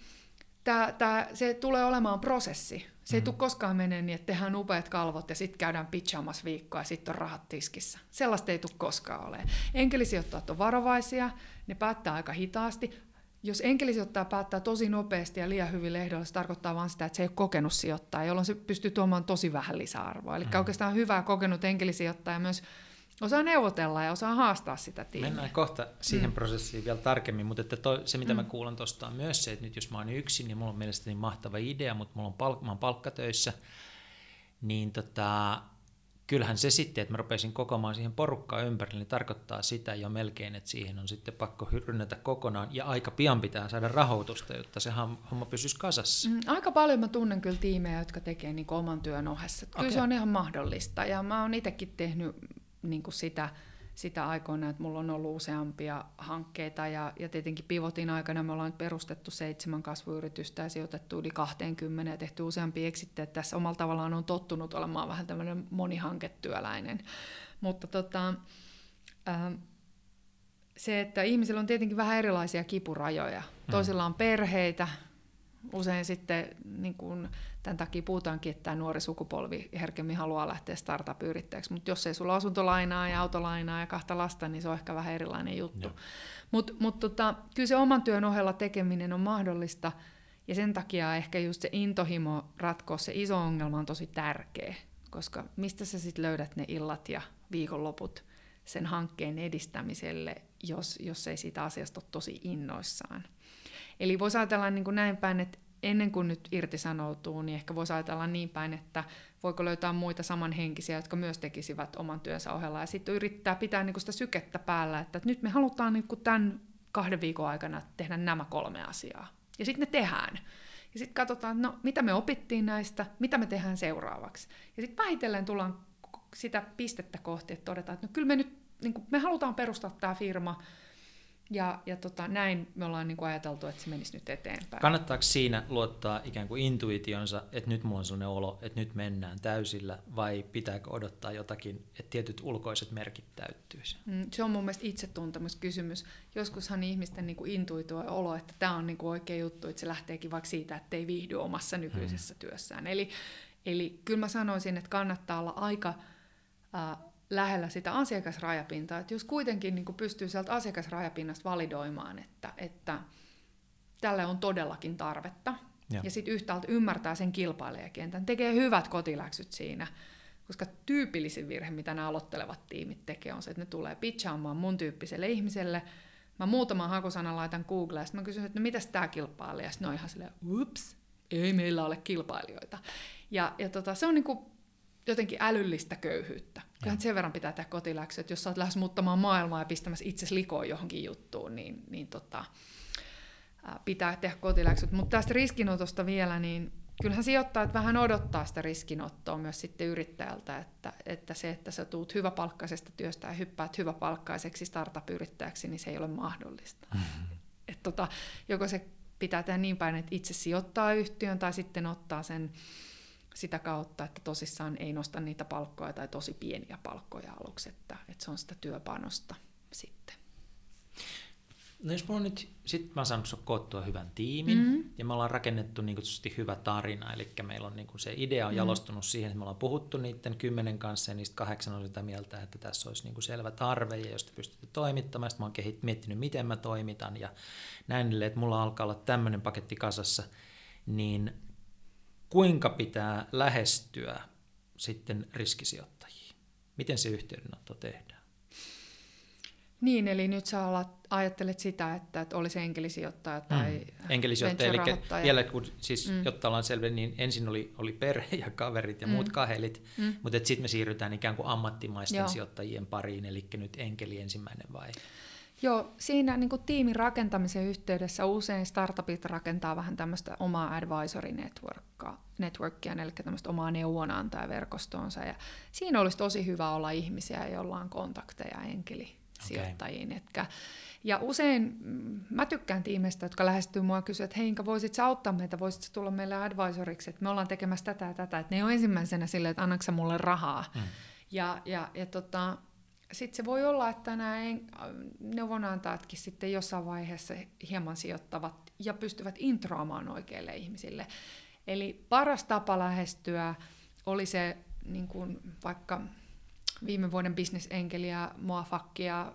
se tulee olemaan prosessi. Se ei tule koskaan menee niin, että tehdään upeat kalvot ja sitten käydään pitchaamassa viikkoa ja sitten on rahat tiskissä. Sellaista ei tule koskaan olemaan. Enkelisijoittajat on varovaisia, ne päättää aika hitaasti. Jos enkelisijoittaja päättää tosi nopeasti ja liian hyvin ehdoilla, se tarkoittaa vain sitä, että se ei ole kokenut sijoittaa, jolloin se pystyy tuomaan tosi vähän lisäarvoa. Eli oikeastaan hyvä kokenut enkelisijoittaja myös osaa neuvotella ja osaa haastaa sitä tiimiä. Mennään kohta siihen prosessiin vielä tarkemmin, mutta että se mitä mä kuulen tuosta on myös se, että nyt jos mä oon yksin, niin mulla on mielestäni mahtava idea, mutta mä oon palkkatöissä, niin kyllähän se sitten, että mä rupesin kokoamaan siihen porukkaa ympärille, niin tarkoittaa sitä jo melkein, että siihen on sitten pakko rynnätä kokonaan, ja aika pian pitää saada rahoitusta, jotta se homma pysyisi kasassa. Aika paljon mä tunnen kyllä tiimejä, jotka tekee niin oman työn ohessa. Kyllä se on ihan mahdollista, ja mä oon itsekin tehnyt niin kuin sitä aikoina, että mulla on ollut useampia hankkeita ja tietenkin pivotin aikana me ollaan nyt perustettu 7 kasvuyritystä ja sijoitettu yli 20 ja tehty useampia exittejä. Tässä omalla tavallaan on tottunut olemaan vähän tämmöinen monihanketyöläinen. Mutta se, että ihmisillä on tietenkin vähän erilaisia kipurajoja. Toisilla on perheitä. Usein sitten niin kun, tämän takia puhutaankin, että tämä nuori sukupolvi herkemmin haluaa lähteä startup-yrittäjäksi, mutta jos ei sulla asuntolainaa ja autolainaa ja 2 lasta, niin se on ehkä vähän erilainen juttu. Mutta kyllä se oman työn ohella tekeminen on mahdollista, ja sen takia ehkä just se intohimo ratkoa se iso ongelma on tosi tärkeä, koska mistä sä sitten löydät ne illat ja viikonloput sen hankkeen edistämiselle, jos ei siitä asiasta ole tosi innoissaan. Eli voisi ajatella niin kuin näin päin, että ennen kuin nyt irtisanoutuu, niin ehkä voisi ajatella niin päin, että voiko löytää muita samanhenkisiä, jotka myös tekisivät oman työnsä ohella. Ja sitten yrittää pitää niin kuin sitä sykettä päällä, että nyt me halutaan niin kuin tämän 2 viikon aikana tehdä nämä 3 asiaa. Ja sitten ne tehdään. Ja sitten katsotaan, no mitä me opittiin näistä, mitä me tehdään seuraavaksi. Ja sitten vähitellen tullaan sitä pistettä kohti, että todetaan, että no kyllä me nyt niin kuin, me halutaan perustaa tämä firma. näin me ollaan niin kuin ajateltu, että se menisi nyt eteenpäin. Kannattaako siinä luottaa ikään kuin intuitionsa, että nyt mulla on sellainen olo, että nyt mennään täysillä, vai pitääkö odottaa jotakin, että tietyt ulkoiset merkit täyttyisi? Se on mun mielestä itsetuntemuskysymys. Joskushan ihmisten niin kuin intuitio olo, että tämä on niin kuin oikea juttu, että se lähteekin vaikka siitä, että ei viihdy omassa nykyisessä työssään. Eli kyllä mä sanoisin, että kannattaa olla aika lähellä sitä asiakasrajapintaa, että jos kuitenkin niin kuin pystyy sieltä asiakasrajapinnasta validoimaan, että tälle on todellakin tarvetta, ja sitten yhtäältä ymmärtää sen kilpailijakentän, tekee hyvät kotiläksyt siinä, koska tyypillisin virhe, mitä nämä aloittelevat tiimit tekee, on se, että ne tulee pitchaamaan mun tyyppiselle ihmiselle, mä muutaman hakusanan laitan Googleen, ja sitten mä kysyn, että no mitäs tää kilpailija, ja sitten ne on ihan silleen, ups, ei meillä ole kilpailijoita. Ja se on niin kuin jotenkin älyllistä köyhyyttä. Kyllähän sen verran pitää tehdä kotiläksyt, jos sä oot lähes muuttamaan maailmaa ja pistämässä itsesi likoon johonkin juttuun, niin pitää tehdä kotiläksyt. Mutta tästä riskinotosta vielä, niin kyllähän sijoittajat vähän odottaa sitä riskinottoa myös sitten yrittäjältä, että se, että sä tuut hyväpalkkaisesta työstä ja hyppäät hyväpalkkaiseksi startup-yrittäjäksi, niin se ei ole mahdollista. Joko se pitää tehdä niin päin, että itse sijoittaa yhtiön tai sitten ottaa sen sitä kautta, että tosissaan ei nosta niitä palkkoja tai tosi pieniä palkkoja aluksi, että se on sitä työpanosta sitten. No jos mulla on nyt, sit mä oon saanut sut koottua hyvän tiimin, ja me ollaan rakennettu niin kutsusti hyvä tarina, eli meillä on niin kuin se idea on jalostunut siihen, että me ollaan puhuttu niiden 10 kanssa, ja niistä 8 on sitä mieltä, että tässä olisi niin kuin selvä tarve, ja jos te pystytte toimittamaan, mä oon miettinyt, miten mä toimitan, ja näin, että mulla alkaa olla tämmöinen paketti kasassa, niin kuinka pitää lähestyä sitten riskisijoittajia? Miten se yhteydenotto tehdään? Niin, eli nyt sä ajattelet sitä, että olisi enkelisijoittaja tai enkelisijoittaja, eli vielä kun siis, jotta ollaan selvä, niin ensin oli perhe ja kaverit ja muut kahelit, mutta sitten me siirrytään ikään kuin ammattimaisten sijoittajien pariin, eli nyt enkeli ensimmäinen vaihe. Joo, siinä niin kuin tiimin rakentamisen yhteydessä usein startupit rakentaa vähän tämmöistä omaa advisory networkia, eli tämmöistä omaa neuvonantajaverkostoonsa, ja siinä olisi tosi hyvä olla ihmisiä, joilla on kontakteja enkelisijoittajiin. Okay. Ja usein mä tykkään tiimeistä, jotka lähestyy mua ja kysyy, että hei Inka, voisit sä auttaa meitä, voisit sä tulla meille advisoriksi, että me ollaan tekemässä tätä ja tätä, että ne ei ole ensimmäisenä silleen, että annatko sä mulle rahaa. Sitten se voi olla, että nämä neuvonantajatkin sitten jossain vaiheessa hieman sijoittavat ja pystyvät introamaan oikeille ihmisille. Eli paras tapa lähestyä oli se niin kuin vaikka viime vuoden bisnesenkeliä, Moafakkia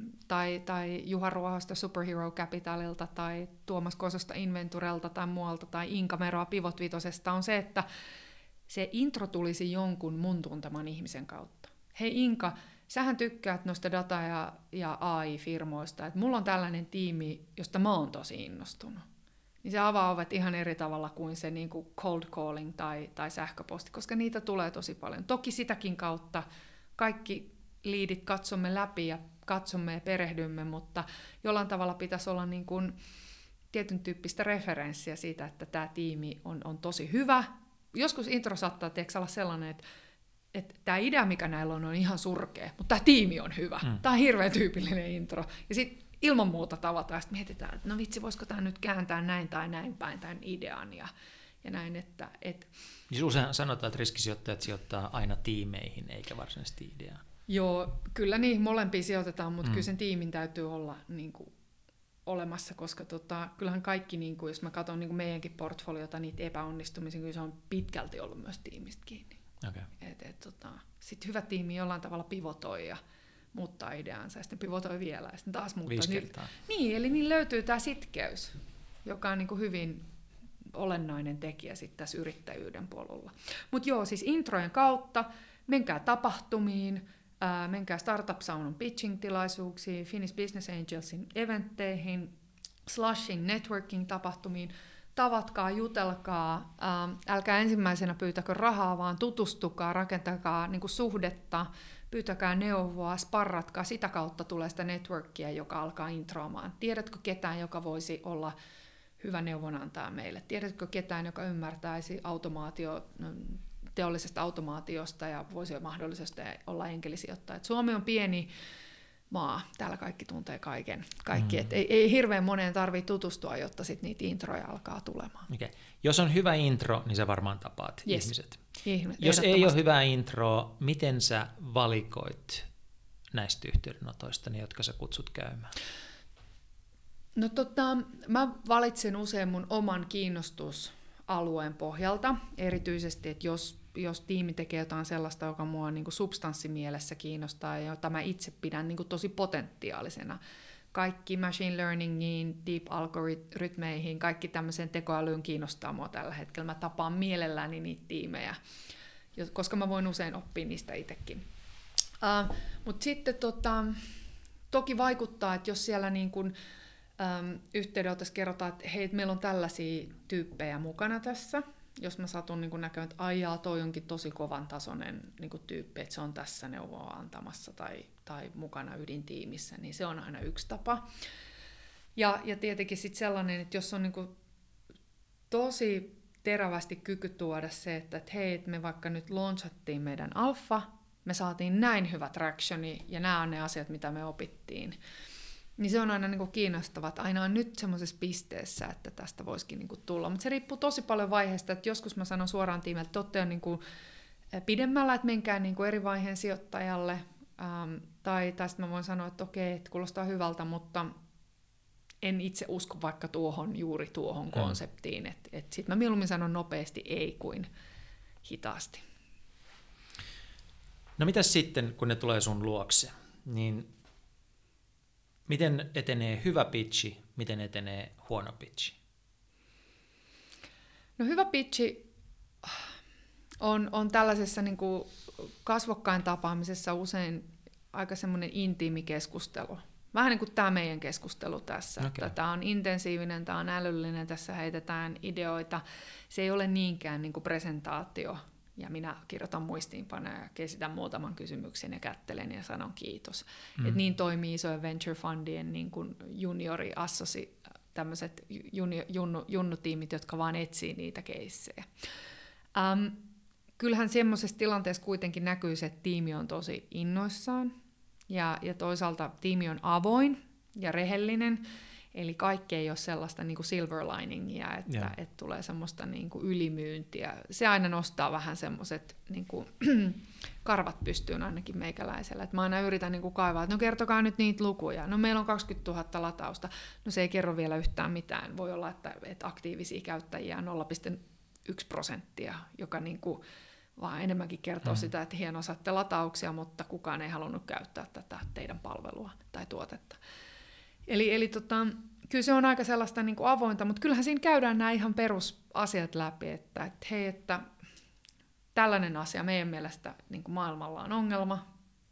tai Juha Ruohosta Superhero Capitalilta tai Tuomas Kososta Inventurelta tai muualta tai Inka Meroa Pivot Vitosesta on se, että se intro tulisi jonkun mun tunteman ihmisen kautta. Hei Inka, sähän tykkäät noista data- ja AI-firmoista, että mulla on tällainen tiimi, josta mä oon tosi innostunut. Niin se avaa ovet ihan eri tavalla kuin se niin kuin cold calling tai sähköposti, koska niitä tulee tosi paljon. Toki sitäkin kautta kaikki liidit katsomme läpi ja katsomme ja perehdymme, mutta jollain tavalla pitäisi olla niin kuin tietyn tyyppistä referenssiä siitä, että tämä tiimi on tosi hyvä. Joskus intro saattaa olla sellainen, että tämä idea, mikä näillä on ihan surkea, mutta tämä tiimi on hyvä. Tämä on hirveän tyypillinen intro. Ja sitten ilman muuta tavataan, että mietitään, että no vitsi, voisiko tämä nyt kääntää näin tai näin päin tämän idean ja näin. Siis usein sanotaan, että riskisijoittajat sijoittaa aina tiimeihin eikä varsinaisesti ideaan. Joo, kyllä niihin molempiin sijoitetaan, mutta kyllä sen tiimin täytyy olla niin kuin olemassa, koska kyllähän kaikki, niin kuin, jos mä katson niin kuin meidänkin portfoliota, niitä epäonnistumisia, kyllä se on pitkälti ollut myös tiimistä kiinni. Okay. Sitten hyvä tiimi jollain tavalla pivotoi ja muuttaa ideansa, ja sitten pivotoi vielä, ja sitten taas muuttaa. 5 kertaa. Niin, eli niin löytyy tämä sitkeys, joka on niin kuin hyvin olennainen tekijä sitten tässä yrittäjyyden polulla. Mutta joo, siis introjen kautta, menkää tapahtumiin, menkää Startup Saunan pitching-tilaisuuksiin, Finnish Business Angelsin eventteihin, Slushin networking-tapahtumiin, tavatkaa, jutelkaa, älkää ensimmäisenä pyytäkö rahaa, vaan tutustukaa, rakentakaa niin kuin suhdetta, pyytäkää neuvoa, sparratkaa, sitä kautta tulee sitä networkia, joka alkaa introamaan. Tiedätkö ketään, joka voisi olla hyvä neuvonantaja meille? Tiedätkö ketään, joka ymmärtäisi teollisesta automaatiosta ja voisi mahdollisesti olla enkelisijoittaja? Suomi on pieni maa. Täällä kaikki tuntee kaikki. Et ei hirveän moneen tarvitse tutustua, jotta sit niitä introja alkaa tulemaan. Okay. Jos on hyvä intro, niin sä varmaan tapaat ihmiset. Jos ei ole hyvää introa, miten sä valikoit näistä yhteydenotoista, ne, jotka sä kutsut käymään? No mä valitsen usein mun oman kiinnostusalueen pohjalta, erityisesti, että jos tiimi tekee jotain sellaista, joka mua niin kuin substanssimielessä kiinnostaa ja jota mä itse pidän niin kuin tosi potentiaalisena. Kaikki machine learningiin, deep algoritmeihin, kaikki tämmöiseen tekoälyyn kiinnostaa mua tällä hetkellä. Mä tapaan mielelläni niitä tiimejä, koska mä voin usein oppia niistä itsekin. Mutta sitten toki vaikuttaa, että jos siellä niin kun, yhteydenotossa kerrotaan, että hei, meillä on tällaisia tyyppejä mukana tässä, jos mä satun niin näkemään, että aijaa, toi onkin tosi kovan tasoinen niin tyyppi, että se on tässä neuvoa antamassa tai mukana ydintiimissä, niin se on aina yksi tapa. Ja tietenkin sitten sellainen, että jos on niin kuin tosi terävästi kyky tuoda se, että hei, että me vaikka nyt launchattiin meidän alfa, me saatiin näin hyvä tractioni ja nämä on ne asiat, mitä me opittiin. Niin se on aina niin kuin kiinnostavaa, että aina on nyt semmoisessa pisteessä, että tästä voisikin niin kuin tulla. Mutta se riippuu tosi paljon vaiheesta, että joskus mä sanon suoraan tiimille, että olette jo niin kuin pidemmällä, että menkää niin kuin eri vaiheen sijoittajalle. Tai sitten mä voin sanoa, että okei, että kuulostaa hyvältä, mutta en itse usko vaikka juuri tuohon konseptiin. Sitten mä mieluummin sanon nopeasti ei kuin hitaasti. No mitäs sitten, kun ne tulee sun luokse, niin miten etenee hyvä pitchi, miten etenee huono pitchi? No hyvä pitchi on tällaisessa niin kuin kasvokkain tapaamisessa usein aika semmoinen intiimi keskustelu. Vähän niin kuin tämä meidän keskustelu tässä. Okay. Tämä on intensiivinen, tämä on älyllinen, tässä heitetään ideoita. Se ei ole niinkään niin kuin presentaatio. Ja minä kirjoitan muistiinpanoja ja esitän muutaman kysymyksen ja kättelen ja sanon kiitos. Et niin toimii isojen venture fundien niin kuin tämmöiset junnutiimit, jotka vaan etsii niitä keissejä. Kyllähän semmoisessa tilanteessa kuitenkin näkyy se, että tiimi on tosi innoissaan ja toisaalta tiimi on avoin ja rehellinen. Eli kaikki ei ole sellaista niin kuin silver liningia, että tulee semmoista niin kuin ylimyyntiä. Se aina nostaa vähän semmoiset niin kuin karvat pystyyn ainakin meikäläisellä. Et mä aina yritän niin kuin kaivaa, että no kertokaa nyt niitä lukuja. No meillä on 20 000 latausta. No se ei kerro vielä yhtään mitään. Voi olla, että aktiivisia käyttäjiä on 0,1%, joka niin kuin vaan enemmänkin kertoo sitä, että hienoa saatte latauksia, mutta kukaan ei halunnut käyttää tätä teidän palvelua tai tuotetta. Eli kyllä se on aika sellaista niin kuin avointa, mutta kyllähän siinä käydään nämä ihan perusasiat läpi, että hei, että tällainen asia meidän mielestä niin kuin maailmalla on ongelma.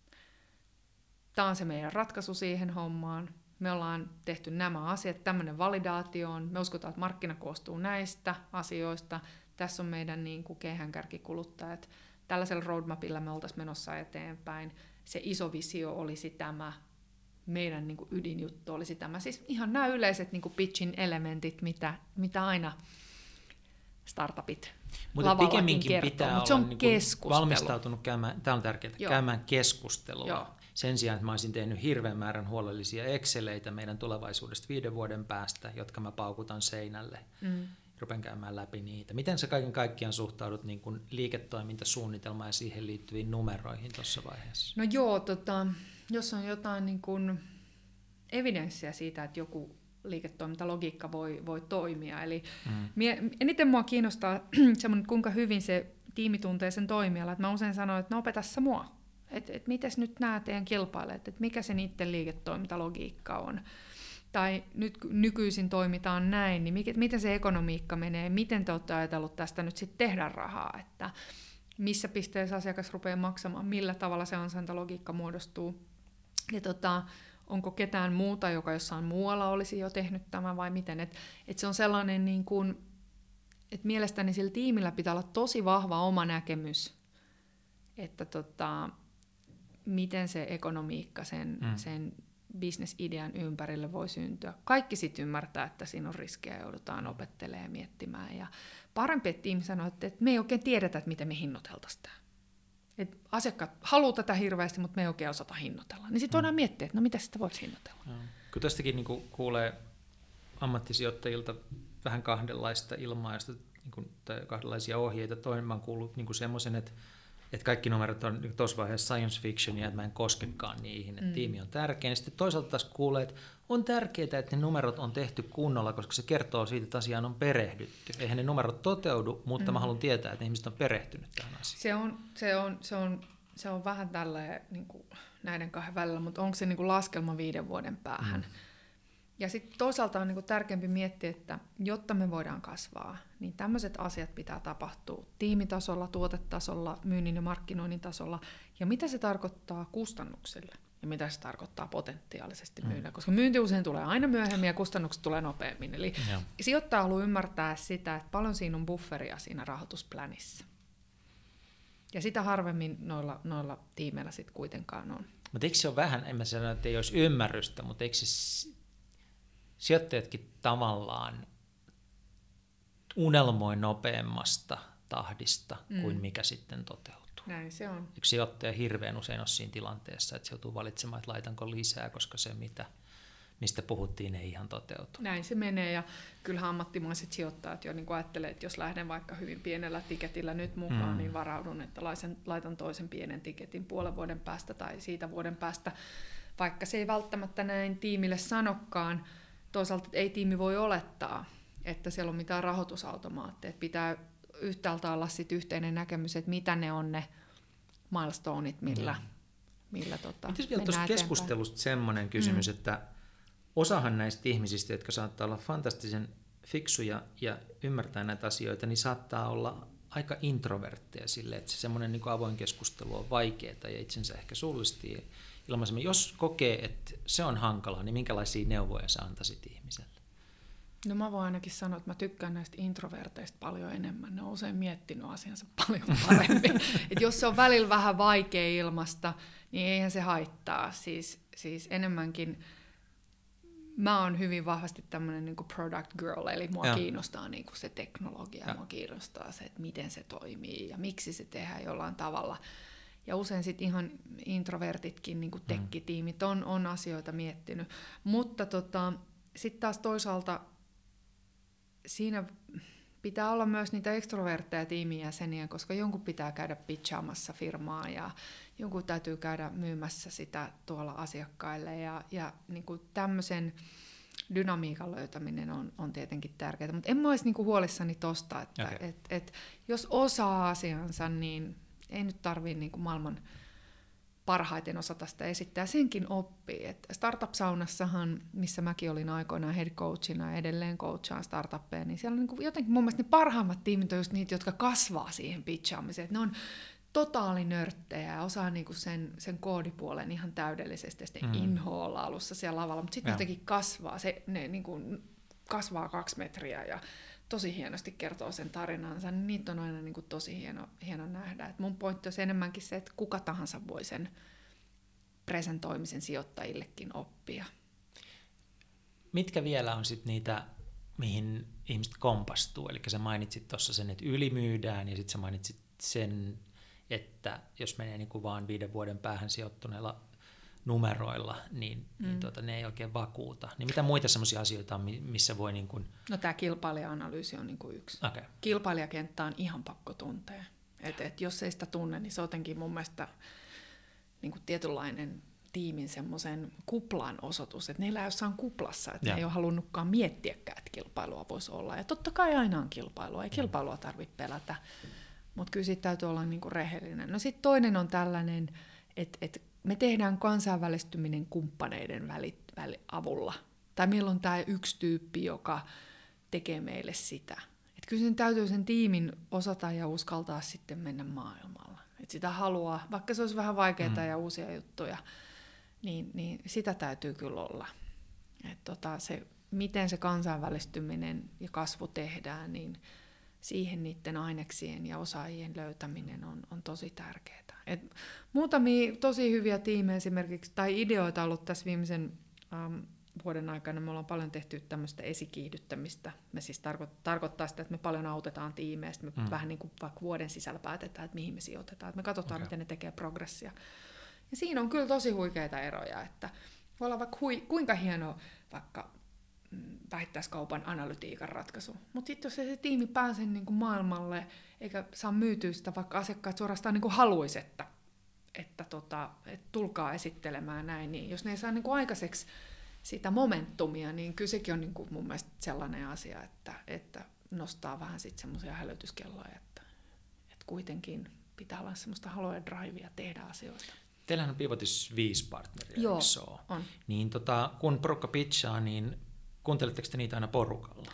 Tämä on se meidän ratkaisu siihen hommaan. Me ollaan tehty nämä asiat, tämmöinen validaatio on. Me uskotaan, että markkina koostuu näistä asioista. Tässä on meidän niin kuin keihäänkärkikuluttajat. Tällaisella roadmapilla me oltaisiin menossa eteenpäin. Se iso visio olisi tämä. Meidän niin kuin ydinjuttu olisi tämä. Siis ihan nämä yleiset niin kuin pitchin elementit, mitä aina startupit lavallakin kertoo. Pitää mutta se on niin valmistautunut käymään, tämä on tärkeää, käymään keskustelua. Joo. Sen sijaan, että mä olisin tehnyt hirveän määrän huolellisia Exceleitä meidän tulevaisuudesta 5 vuoden päästä, jotka mä paukutan seinälle. Rupen käymään läpi niitä. Miten sä kaiken kaikkiaan suhtaudut niin kuin liiketoimintasuunnitelmaan ja siihen liittyviin numeroihin tuossa vaiheessa? No joo, jos on jotain niin kuin evidenssiä siitä, että joku liiketoimintalogiikka voi toimia. Eli eniten mua kiinnostaa semmoinen, kuinka hyvin se tiimi tuntee sen toimialan. Että mä usein sanon, että no opeta sä mua. Että mites nyt nämä teidän kilpailijat, että mikä se niiden liiketoimintalogiikka on. Tai nyt nykyisin toimitaan näin, niin miten se ekonomiikka menee, miten te olette ajatellut tästä nyt sitten tehdä rahaa, että missä pisteessä asiakas rupeaa maksamaan, millä tavalla se ansaintalogiikka muodostuu. Ja onko ketään muuta, joka jossain muualla olisi jo tehnyt tämän vai miten. Et se on sellainen, niin kuin, että mielestäni sillä tiimillä pitää olla tosi vahva oma näkemys, että miten se ekonomiikka sen business-idean ympärille voi syntyä. Kaikki sitten ymmärtää, että siinä on riskejä, joudutaan opettelemaan ja miettimään. Ja parempi, että tiimi sanoo, että me ei oikein tiedetä, että miten me hinnoiteltaisiin tämä. että asiakkaat haluaa tätä hirveästi, mutta me ei oikein osata hinnoitella. Niin sitten voidaan miettiä, että no mitä sitä voisi hinnoitella. Kun tästäkin niin kuulee ammattisijoittajilta vähän kahdenlaista ilmaista niin tai kahdenlaisia ohjeita. Toinen mä oon kuullut niin semmoisen, että kaikki numerot on tuossa vaiheessa science fictionia, että mä en koskekaan niihin, että tiimi on tärkeä. Ja sitten toisaalta taas kuulee, että on tärkeää, että ne numerot on tehty kunnolla, koska se kertoo siitä, että asiaan on perehdytty. Eihän ne numerot toteudu, mutta mä haluan tietää, että ihmiset on perehtynyt tähän asiaan. Se on vähän tälleen niin kuin näiden kahden välillä, mutta onko se niin kuin laskelma 5 vuoden päähän? Ja sitten toisaalta on niin kuin tärkeämpi miettiä, että jotta me voidaan kasvaa, niin tämmöiset asiat pitää tapahtua tiimitasolla, tuotetasolla, myynnin ja markkinoinnin tasolla. Ja mitä se tarkoittaa kustannuksille ja mitä se tarkoittaa potentiaalisesti myydä. Koska myynti usein tulee aina myöhemmin ja kustannukset tulee nopeammin. Eli sijoittaja haluaa ymmärtää sitä, että paljon siinä on bufferia siinä rahoitusplanissa. Ja sitä harvemmin noilla tiimeillä sitten kuitenkaan on. Mutta eikö se ole vähän, en mä sano, että ei olisi ymmärrystä, mutta eikö se sijoittajatkin tavallaan unelmoi nopeammasta tahdista kuin mikä sitten toteutuu. Näin se on. Yksi sijoittaja hirveän usein on siinä tilanteessa, että se joutuu valitsemaan, että laitanko lisää, koska se mistä puhuttiin ei ihan toteutu. Näin se menee ja kyllähän ammattimaiset sijoittajat jo niin ajattelee, että jos lähden vaikka hyvin pienellä tiketillä nyt mukaan, niin varaudun, että laitan toisen pienen tiketin puolen vuoden päästä tai siitä vuoden päästä, vaikka se ei välttämättä näin tiimille sanokaan. Toisaalta ei tiimi voi olettaa, että siellä on mitään rahoitusautomaatteja. Pitää yhtäältä olla sit yhteinen näkemys, että mitä ne on ne milestoneit, millä miten vielä tuosta keskustelusta semmoinen kysymys, että osahan näistä ihmisistä, jotka saattaa olla fantastisen fiksuja ja ymmärtää näitä asioita, niin saattaa olla aika introvertteja sille, että se semmoinen niin kuin avoin keskustelu on vaikeaa ja itsensä ehkä sullisesti ilmaisemmin. Jos kokee, että se on hankalaa, niin minkälaisia neuvoja sä antaisit ihmiselle? No mä voin ainakin sanoa, että mä tykkään näistä introverteista paljon enemmän. Ne on usein miettinyt asiansa paljon paremmin. Et jos se on välillä vähän vaikea ilmasta, niin eihän se haittaa. Siis enemmänkin mä oon hyvin vahvasti tämmöinen niinku product girl, eli mua kiinnostaa niinku se teknologia, mua kiinnostaa se, että miten se toimii ja miksi se tehdään jollain tavalla. Ja usein sitten ihan introvertitkin, niin kuin tekkitiimit, on asioita miettinyt. Mutta sitten taas toisaalta siinä pitää olla myös niitä ekstrovertteja tiimin jäseniä, koska jonkun pitää käydä pitchaamassa firmaa ja jonkun täytyy käydä myymässä sitä tuolla asiakkaille. Ja niin kuin tämmöisen dynamiikan löytäminen on tietenkin tärkeää. Mutta en mä olisi niin kuin huolissani tosta, että et jos osaa asiansa, niin ei nyt tarvitse niin kuin maailman parhaiten osata sitä esittää. Senkin oppii. Et startup-saunassahan, missä mäkin olin aikoinaan head coachina ja edelleen coachaan startuppeja, niin siellä on niin kuin jotenkin mun mielestä ne parhaimmat tiimit on just niitä, jotka kasvaa siihen pitchaamiseen. Et ne on totaalinörttejä ja osaa niin kuin sen koodipuolen ihan täydellisesti ja sitten inhoalla alussa siellä lavalla, mutta sitten jotenkin kasvaa. Ne niin kuin kasvaa 2 metriä ja tosi hienosti kertoo sen tarinansa, niin niitä on aina niin kuin tosi hieno nähdä. Et mun pointti on enemmänkin se, että kuka tahansa voi sen presentoimisen sijoittajillekin oppia. Mitkä vielä on sitten niitä, mihin ihmiset kompastuu? Eli sä mainitsit tuossa sen, että ylimyydään, ja sitten sä mainitsit sen, että jos menee niin kuin vaan 5 vuoden päähän sijoittuneilla numeroilla, niin ne ei oikein vakuuta. Niin mitä muita sellaisia asioita on, missä voi... Niin kuin... No tämä kilpailija-analyysi on niin kuin yksi. Okay. Kilpailijakenttä on ihan pakko tuntea. Et jos ei sitä tunne, niin se on jotenkin mun mielestä niin kuin tietynlainen tiimin semmoisen kuplan osoitus, että ne elää jossain kuplassa, että ne ei ole halunnutkaan miettiäkään, että kilpailua voisi olla. Ja totta kai aina on kilpailua, ei kilpailua tarvitse pelätä, mutta kyllä siitä täytyy olla niin kuin rehellinen. No sitten toinen on tällainen, että me tehdään kansainvälistyminen kumppaneiden avulla. Tai meillä on tämä yksi tyyppi, joka tekee meille sitä. Et kyllä sen täytyy sen tiimin osata ja uskaltaa sitten mennä maailmalla. Et sitä haluaa, vaikka se olisi vähän vaikeaa ja uusia juttuja, niin sitä täytyy kyllä olla. Se, miten se kansainvälistyminen ja kasvu tehdään, niin siihen niiden aineksien ja osaajien löytäminen on tosi tärkeää. Muutamia tosi hyviä tiimejä esimerkiksi, tai ideoita ollut tässä viimeisen vuoden aikana me ollaan paljon tehty tämmöistä esikiihdyttämistä. Me siis tarkoittaa sitä, että me paljon autetaan tiimejä, me vähän niin kuin vaikka vuoden sisällä päätetään, että mihin me sijoitetaan. Että me katsotaan, miten ne tekee progressia. Ja siinä on kyllä tosi huikeita eroja, että voi olla vaikka kuinka hieno vaikka vähittäiskaupan analytiikan ratkaisu. Mutta sitten jos se tiimi pääsee niin kuin maailmalle, eikä saa myytyä sitä, vaikka asiakkaat suorastaan niin kuin haluaisi, että tulkaa esittelemään näin, niin jos ne ei saa niin kuin aikaiseksi sitä momentumia, niin kyllä sekin on niin kuin mun mielestä sellainen asia, että nostaa vähän sitten semmoisia hälytyskelloja, että kuitenkin pitää olla semmoista halua ja drivea tehdä asioita. Teillähän on Pivotis 5 partneria, Joo, eikö se ole? On. Niin kun porukka pitchaa, niin kuunteletteko te niitä aina porukalla?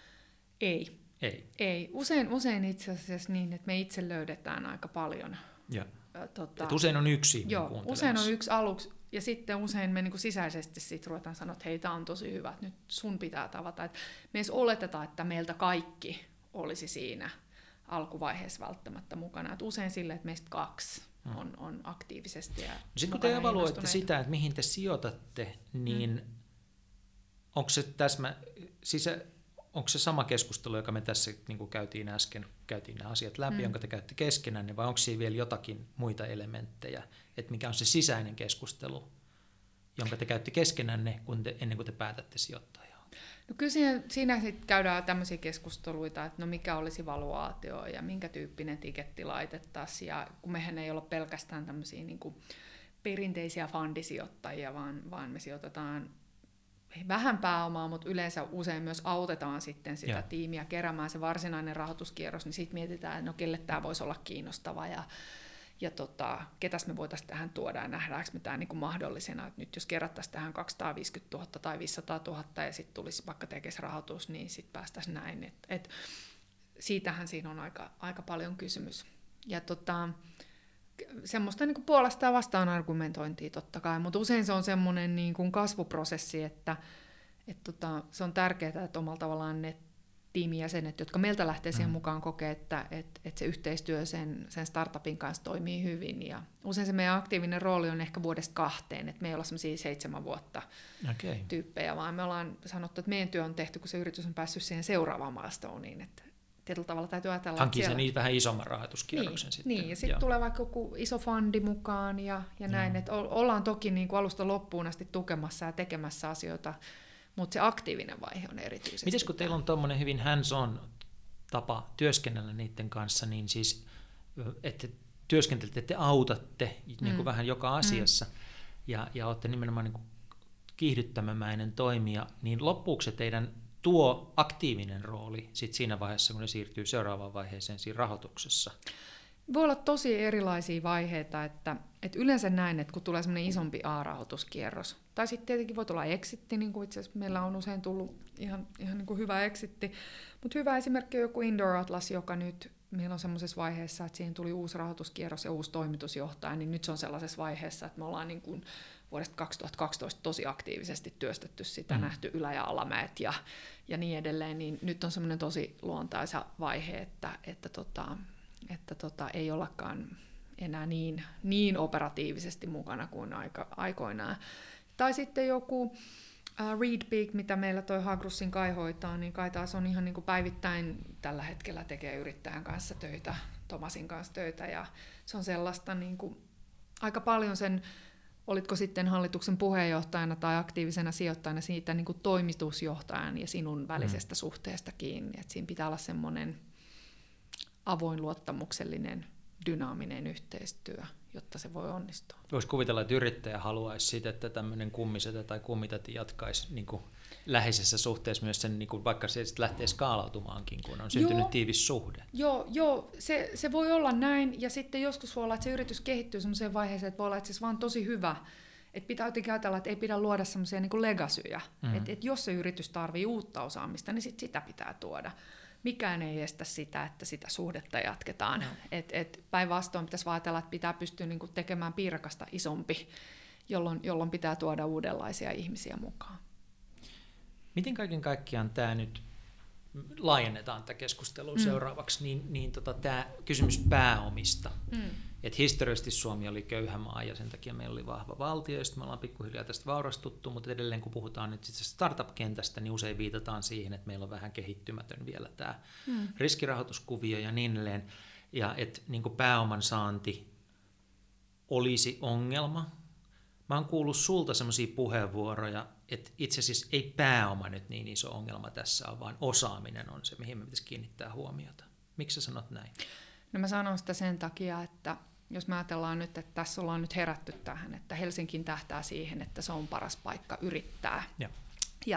Ei. Usein itse asiassa niin, että me itse löydetään aika paljon. Ja. Usein on yksi usein on yksi aluksi, ja sitten usein me niin kuin sisäisesti sit ruvetaan sanoa, että hei, tämä on tosi hyvä, että nyt sun pitää tavata. Et me edes oletetaan, että meiltä kaikki olisi siinä alkuvaiheessa välttämättä mukana. Et usein silleen, että meistä 2 on aktiivisesti. Sitten kun te evaluoitte sitä, että mihin te sijoitatte, niin onko se sama keskustelu, joka me tässä niin kuin käytiin äsken, käytiin nämä asiat läpi, jonka te käytte keskenään, vai onko siinä vielä jotakin muita elementtejä, että mikä on se sisäinen keskustelu, jonka te käytte keskenään ennen kuin te päätätte sijoittaa? No kyllä siinä sitten käydään tämmöisiä keskusteluita, että no mikä olisi valuaatio ja minkä tyyppinen tiketti laitettaisiin, ja kun mehän ei olla pelkästään tämmöisiä niin kuin perinteisiä fundisijoittajia, vaan me sijoitetaan vähän pääomaa, mutta yleensä usein myös autetaan sitten sitä tiimiä keräämään se varsinainen rahoituskierros, niin sitten mietitään, että no kelle tämä voisi olla kiinnostava ja ketäs me voitaisiin tähän tuoda ja nähdäänkö me tämä niin kuin mahdollisena, että nyt jos kerättäisiin tähän 250 000 tai 500 000 ja sitten tulisi vaikka tekisi rahoitus, niin sitten päästäisiin näin. Et siitähän siinä on aika paljon kysymys. Ja semmoista niin kuin puolesta ja vastaan argumentointia totta kai, mutta usein se on semmoinen niin kuin kasvuprosessi, että se on tärkeää, että omalla tavallaan ne tiimijäsenet, jotka meiltä lähtee siihen mukaan kokee, että se yhteistyö sen startupin kanssa toimii hyvin. Ja usein se meidän aktiivinen rooli on ehkä 2 vuodesta, että me ei olla semmoisia 7 vuotta tyyppejä, vaan me ollaan sanottu, että meidän työ on tehty, kun se yritys on päässyt siihen seuraavaan milestoneen, että tietyllä tavalla täytyy ajatella, hankkii se niitä vähän isomman rahoituskierroksen sitten. Niin, ja sitten tulee vaikka joku iso fundi mukaan ja näin, että ollaan toki niin kuin alusta loppuun asti tukemassa ja tekemässä asioita, mutta se aktiivinen vaihe on erityisesti. Miten kun teillä on tuommoinen hyvin hands-on tapa työskennellä niiden kanssa, niin siis, että työskentelette, että te autatte niin kuin vähän joka asiassa ja olette nimenomaan niin kuin kiihdyttämämäinen toimija, niin loppuuko se teidän tuo aktiivinen rooli sit siinä vaiheessa, kun ne siirtyy seuraavaan vaiheeseen siinä rahoituksessa? Voi olla tosi erilaisia vaiheita, että yleensä näin, että kun tulee semmoinen isompi A-rahoituskierros, tai sitten tietenkin voi tulla exitti, niin kuin itse asiassa meillä on usein tullut ihan niin kuin hyvä exitti, mutta hyvä esimerkki on joku Indoor Atlas, joka nyt meillä on semmoisessa vaiheessa, että siihen tuli uusi rahoituskierros ja uusi toimitusjohtaja, niin nyt se on sellaisessa vaiheessa, että me ollaan niin kuin vuodesta 2012 tosi aktiivisesti työstetty sitä, nähty ylä- ja alamäet ja niin edelleen, niin nyt on semmoinen tosi luontaisa vaihe, että ei ollakaan enää niin operatiivisesti mukana kuin aikoinaan. Tai sitten joku Readpeak, mitä meillä toi Hagrussin Kai hoitaa, niin Kai taas on ihan niin kuin päivittäin tällä hetkellä tekee yrittäjän kanssa töitä, Tomasin kanssa töitä, ja se on sellaista niin kuin aika paljon sen, olitko sitten hallituksen puheenjohtajana tai aktiivisena sijoittajana siitä niin kuin toimitusjohtajan ja sinun välisestä suhteesta kiinni, että siinä pitää olla semmoinen avoin, luottamuksellinen, dynaaminen yhteistyö, jotta se voi onnistua. Voisi kuvitella, että yrittäjä haluaisi sitä, että tämmöinen kummisetä tai kummitati jatkaisi niin kuin läheisessä suhteessa myös sen, niin kuin vaikka se lähtee skaalautumaankin, kun on syntynyt tiivis suhde. Joo, se voi olla näin, ja sitten joskus voi olla, että se yritys kehittyy sellaiseen vaiheeseen, että voi olla itse asiassa vaan tosi hyvä, että pitää jotenkin ajatella, että ei pidä luoda semmoisia niin kuin legacyjä, että jos se yritys tarvitsee uutta osaamista, niin sitä pitää tuoda. Mikään ei estä sitä, että sitä suhdetta jatketaan. Päinvastoin pitäisi ajatella, että pitää pystyä niin kuin tekemään piirakasta isompi, jolloin pitää tuoda uudenlaisia ihmisiä mukaan. Miten kaiken kaikkiaan tämä nyt laajennetaan tätä keskustelua seuraavaksi, niin tämä kysymys pääomista. Että historiallisesti Suomi oli köyhä maa ja sen takia meillä oli vahva valtio, ja sitten me ollaan pikkuhiljaa tästä vaurastuttu, mutta edelleen kun puhutaan nyt startup-kentästä, niin usein viitataan siihen, että meillä on vähän kehittymätön vielä tämä riskirahoituskuvio ja niin edelleen, ja että niin kuin pääoman saanti olisi ongelma. Mä oon kuullut sulta semmoisia puheenvuoroja, että itse asiassa ei pääoma nyt niin iso ongelma tässä ole, vaan osaaminen on se, mihin me pitäisi kiinnittää huomiota. Miksi sä sanot näin? No mä sanon sitä sen takia, että jos me ajatellaan nyt, että tässä ollaan nyt herätty tähän, että Helsinkiin tähtää siihen, että se on paras paikka yrittää. Ja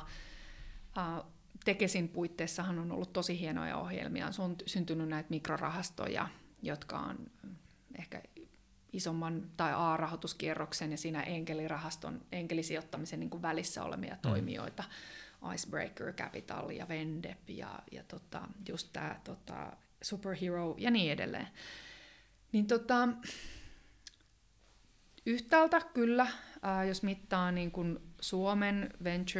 Tekesin puitteissahan on ollut tosi hienoja ohjelmia. On syntynyt näitä mikrorahastoja, jotka on ehkä isomman tai A-rahoituskierroksen ja siinä enkelisijoittamisen niin kuin välissä olevia toimijoita. Icebreaker Capital ja Vendep ja just tämä Superhero ja niin edelleen. Niin yhtäältä kyllä, jos mittaa niin kuin Suomen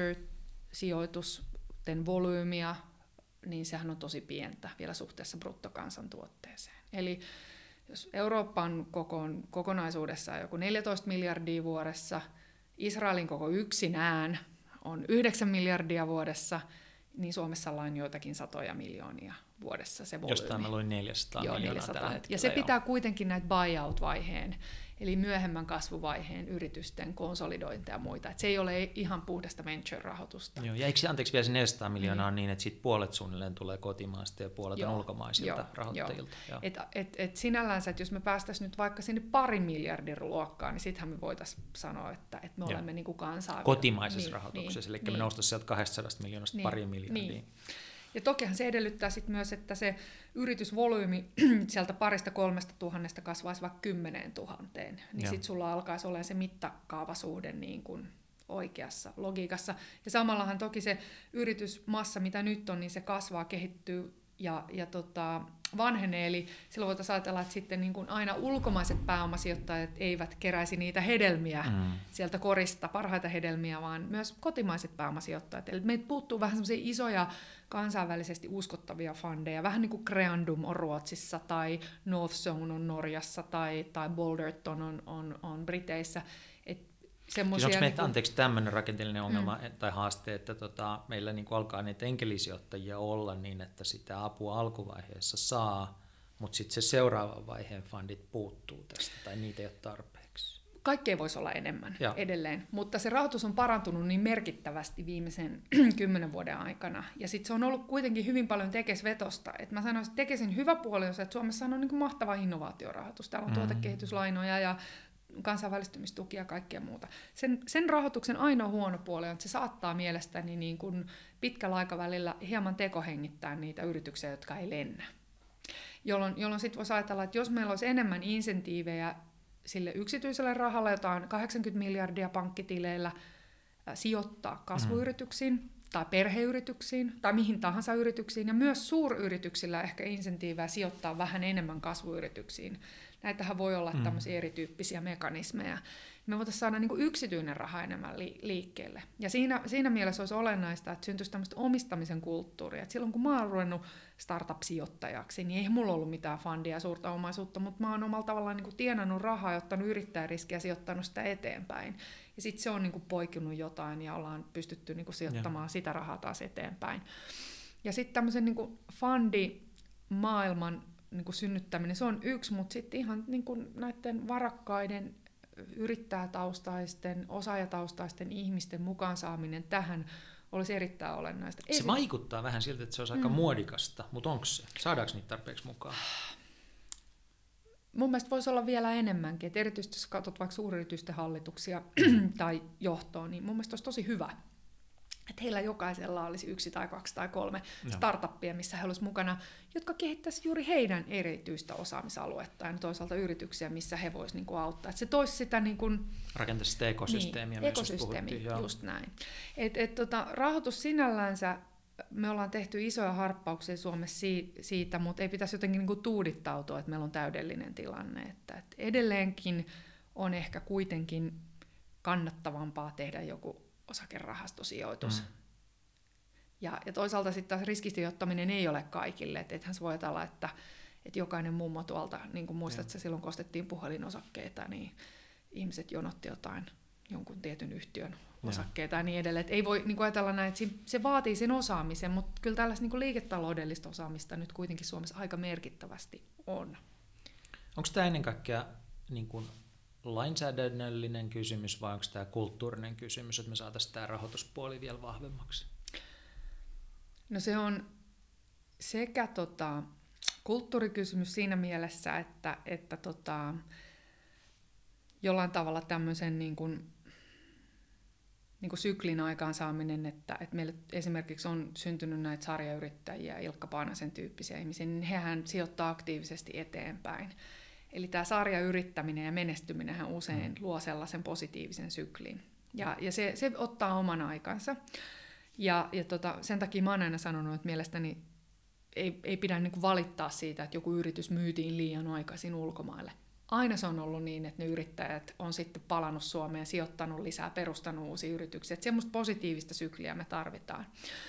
venture-sijoitusten volyymiä, niin sehän on tosi pientä vielä suhteessa bruttokansantuotteeseen. Eli jos Euroopan kokonaisuudessaan joku 14 miljardia vuodessa, Israelin koko yksinään on 9 miljardia vuodessa, niin Suomessa ollaan joitakin satoja miljoonia vuodessa se volyymi. Jostain mä luin 400 miljoonaa tällä hetkellä. Ja se pitää kuitenkin näitä buyout-vaiheen, eli myöhemmän kasvuvaiheen yritysten konsolidointia ja muita. Et se ei ole ihan puhdasta venture-rahoitusta. Joo, ja eikö anteeksi vielä se 400 miljoonaa niin, että siitä puolet suunnilleen tulee kotimaasta ja puolet on ulkomaisilta rahoittajilta? Et sinällänsä, että jos me päästäisiin nyt vaikka sinne 2 miljardin luokkaan, niin sittenhän me voitaisiin sanoa, että me olemme niin kuin kansainvälinen. Kotimaisessa rahoituksessa, eli me noustaisiin sieltä 200 miljoonasta pariin miljardiin. Niin. Ja tokihan se edellyttää sit myös, että se yritysvolyymi sieltä 2-3 000 kasvaisi vaikka 10 000, niin sitten sulla alkaisi olla se mittakaavasuhde niin kuin oikeassa logiikassa. Ja samallahan toki se yritysmassa, mitä nyt on, niin se kasvaa, kehittyy ja vanhenee. Eli silloin voitaisiin ajatella, että sitten niin kuin aina ulkomaiset pääomasijoittajat eivät keräisi niitä hedelmiä sieltä korista, parhaita hedelmiä, vaan myös kotimaiset pääomasijoittajat. Eli meiltä puuttuu vähän semmoisia isoja kansainvälisesti uskottavia fundeja, vähän niin kuin Creandum on Ruotsissa, tai Northzone on Norjassa, tai Boulderton on Briteissä. Siis onko meitä, anteeksi, tämmöinen rakenteellinen ongelma tai haaste, että meillä niin alkaa niitä enkelisijoittajia olla niin, että sitä apua alkuvaiheessa saa, mutta sitten se seuraavan vaiheen fundit puuttuu tästä, tai niitä ei ole tarpeeksi? Kaikkea voisi olla enemmän edelleen, mutta se rahoitus on parantunut niin merkittävästi viimeisen 10 vuoden aikana, ja sitten se on ollut kuitenkin hyvin paljon Tekes-vetosta. Et mä sanoisin, että Tekesin hyvä puoli on se, että Suomessa on niin kuin mahtava innovaatiorahoitus. Täällä on tuotekehityslainoja ja kansainvälistymistukia ja kaikkea muuta. Sen rahoituksen ainoa huono puoli on, että se saattaa mielestäni niin kuin pitkällä aikavälillä hieman tekohengittää niitä yrityksiä, jotka ei lennä. Jolloin sitten voisi ajatella, että jos meillä olisi enemmän insentiivejä sille yksityiselle rahalle, jota on 80 miljardia pankkitileillä, sijoittaa kasvuyrityksiin tai perheyrityksiin tai mihin tahansa yrityksiin, ja myös suuryrityksillä ehkä insentiivejä sijoittaa vähän enemmän kasvuyrityksiin. Näitähän voi olla tämmöisiä erityyppisiä mekanismeja. Me voitaisiin saada niin kuin yksityinen raha enemmän liikkeelle. Ja siinä mielessä olisi olennaista, että syntyisi tämmöistä omistamisen kulttuuria. Et silloin kun mä oon ruvennut startup-sijoittajaksi, niin ei mulla ollut mitään fundia ja suurta omaisuutta, mutta mä oon omalla tavallaan niin kuin tienannut rahaa ja ottanut yrittäjäriskiä ja sijoittanut sitä eteenpäin. Ja sitten se on niin kuin poikinut jotain ja ollaan pystytty niin kuin sijoittamaan sitä rahaa taas eteenpäin. Ja sitten tämmöisen niin kuin fundimaailman niin kuin synnyttäminen, se on yksi, mutta sitten ihan niin kuin näiden varakkaiden yrittäjätaustaisten, osaajataustaisten ihmisten mukaan saaminen tähän olisi erittäin olennaista. Se vaikuttaa vähän siltä, että se olisi aika muodikasta, mutta onko se? Saadaanko niitä tarpeeksi mukaan? Mun mielestä voisi olla vielä enemmänkin, että erityisesti jos katsot vaikka suuryritysten hallituksia tai johtoa, niin mun mielestä olisi tosi hyvä, että heillä jokaisella olisi 1 tai 2 tai 3 startuppia, missä he olisivat mukana, jotka kehittäisivät juuri heidän erityistä osaamisaluetta ja toisaalta yrityksiä, missä he voisivat niin kuin auttaa. Että se toisi sitä niin kuin rakentaisi sitä ekosysteemiä. Niin, ekosysteemi, just näin. Rahoitus sinällänsä, me ollaan tehty isoja harppauksia Suomessa siitä, mutta ei pitäisi jotenkin niin kuin tuudittautua, että meillä on täydellinen tilanne. Että edelleenkin on ehkä kuitenkin kannattavampaa tehdä joku osakerahastosijoitus Ja toisaalta sitten taas riskisijoittaminen ei ole kaikille. Et ethän se voi ajatella, että jokainen mummo tuolta, niin kuin muistat, silloin kun ostettiin puhelinosakkeita, niin ihmiset jonotti jonkun tietyn yhtiön osakkeita ja niin edelleen. Et ei voi niin kuin ajatella näin, että se vaatii sen osaamisen, mutta kyllä tällaista niin kuin liiketaloudellista osaamista nyt kuitenkin Suomessa aika merkittävästi on. Onko tämä ennen kaikkea niin kuin lainsäädännöllinen kysymys vai onko tämä kulttuurinen kysymys, että me saataisiin tämä rahoituspuoli vielä vahvemmaksi? No se on sekä kulttuurikysymys siinä mielessä, että jollain tavalla tämmöisen niin kuin syklin aikaansaaminen, että meille esimerkiksi on syntynyt näitä sarjayrittäjiä, Ilkka Paanasen tyyppisiä ihmisiä, niin hehän sijoittaa aktiivisesti eteenpäin. Eli tämä sarjayrittäminen ja menestyminenhän usein luo sellaisen positiivisen syklin. Ja se ottaa oman aikansa. Ja sen takia mä oon aina sanonut, että mielestäni ei pidä niin kuin valittaa siitä, että joku yritys myytiin liian aikaisin ulkomaille. Aina se on ollut niin, että ne yrittäjät on sitten palannut Suomeen, sijoittanut lisää, perustanut uusia yrityksiä. Että semmoista positiivista sykliä me tarvitaan.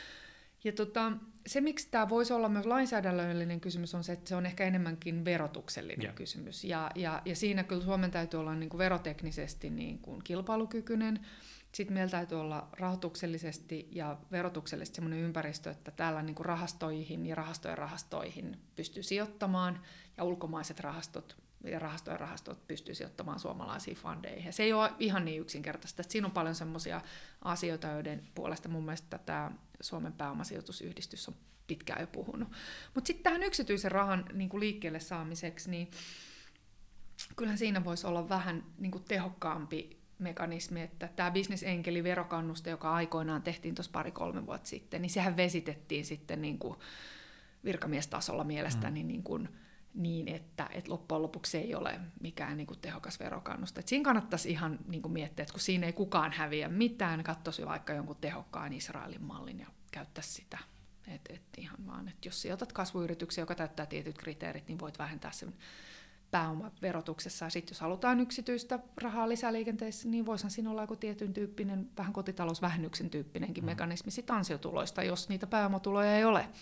Ja se, miksi tämä voisi olla myös lainsäädännöllinen kysymys, on se, että se on ehkä enemmänkin verotuksellinen kysymys. Ja siinä kyllä Suomen täytyy olla niin kuin veroteknisesti niin kuin kilpailukykyinen. Sitten meillä täytyy olla rahoituksellisesti ja verotuksellisesti sellainen ympäristö, että täällä niin kuin rahastoihin ja rahastoihin pystyy sijoittamaan ja ulkomaiset rahastot ja rahastot pystyy sijoittamaan suomalaisiin fundeihin. Se ei ole ihan niin yksinkertaista. Siinä on paljon semmoisia asioita, joiden puolesta mun mielestä tämä Suomen pääomasijoitusyhdistys on pitkään jo puhunut. Mutta sitten tähän yksityisen rahan niin kuin liikkeelle saamiseksi, niin kyllähän siinä voisi olla vähän niin kuin tehokkaampi mekanismi, että tämä bisnesenkeli-verokannuste, joka aikoinaan tehtiin tuossa 2-3 vuotta sitten, niin sehän vesitettiin sitten niin kuin virkamiestasolla mielestäni niin, että loppujen lopuksi ei ole mikään niin kuin tehokas verokannuste. Et siinä kannattaisi ihan niin kuin miettiä, että kun siinä ei kukaan häviä mitään, katsoisi vaikka jonkun tehokkaan Israelin mallin ja käyttäisi sitä. Ihan vaan, että jos sijoitat kasvuyrityksiä, joka täyttää tietyt kriteerit, niin voit vähentää sen pääomaverotuksessa. Ja sitten jos halutaan yksityistä rahaa lisäliikenteessä, niin voisihan siinä olla joku tietyn tyyppinen, vähän kotitalousvähennyksen tyyppinenkin mekanismi sit ansiotuloista, jos niitä pääomatuloja ei ole.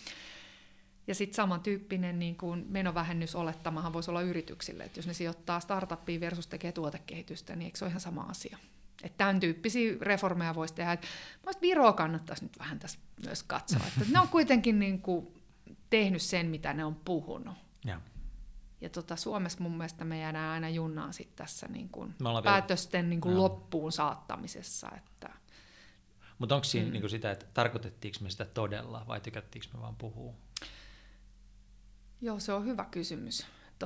Ja sitten samantyyppinen niin kuin menovähennysolettamahan voisi olla yrityksille, että jos ne sijoittaa startuppiin versus tekee tuotekehitystä, niin eikö se ole ihan sama asia? Että tämän tyyppisiä reformeja voisi tehdä. Mielestäni Viroa kannattaisi nyt vähän tässä myös katsoa, että ne on kuitenkin niin kuin tehnyt sen, mitä ne on puhunut. Ja Suomessa mun mielestä me jäädään aina junnaan sit tässä niin kuin päätösten niin kuin loppuun saattamisessa. Mutta onko siinä niin kuin sitä, että tarkoitettiinko me sitä todella vai tykättiinkö me vaan puhua? Joo, se on hyvä kysymys.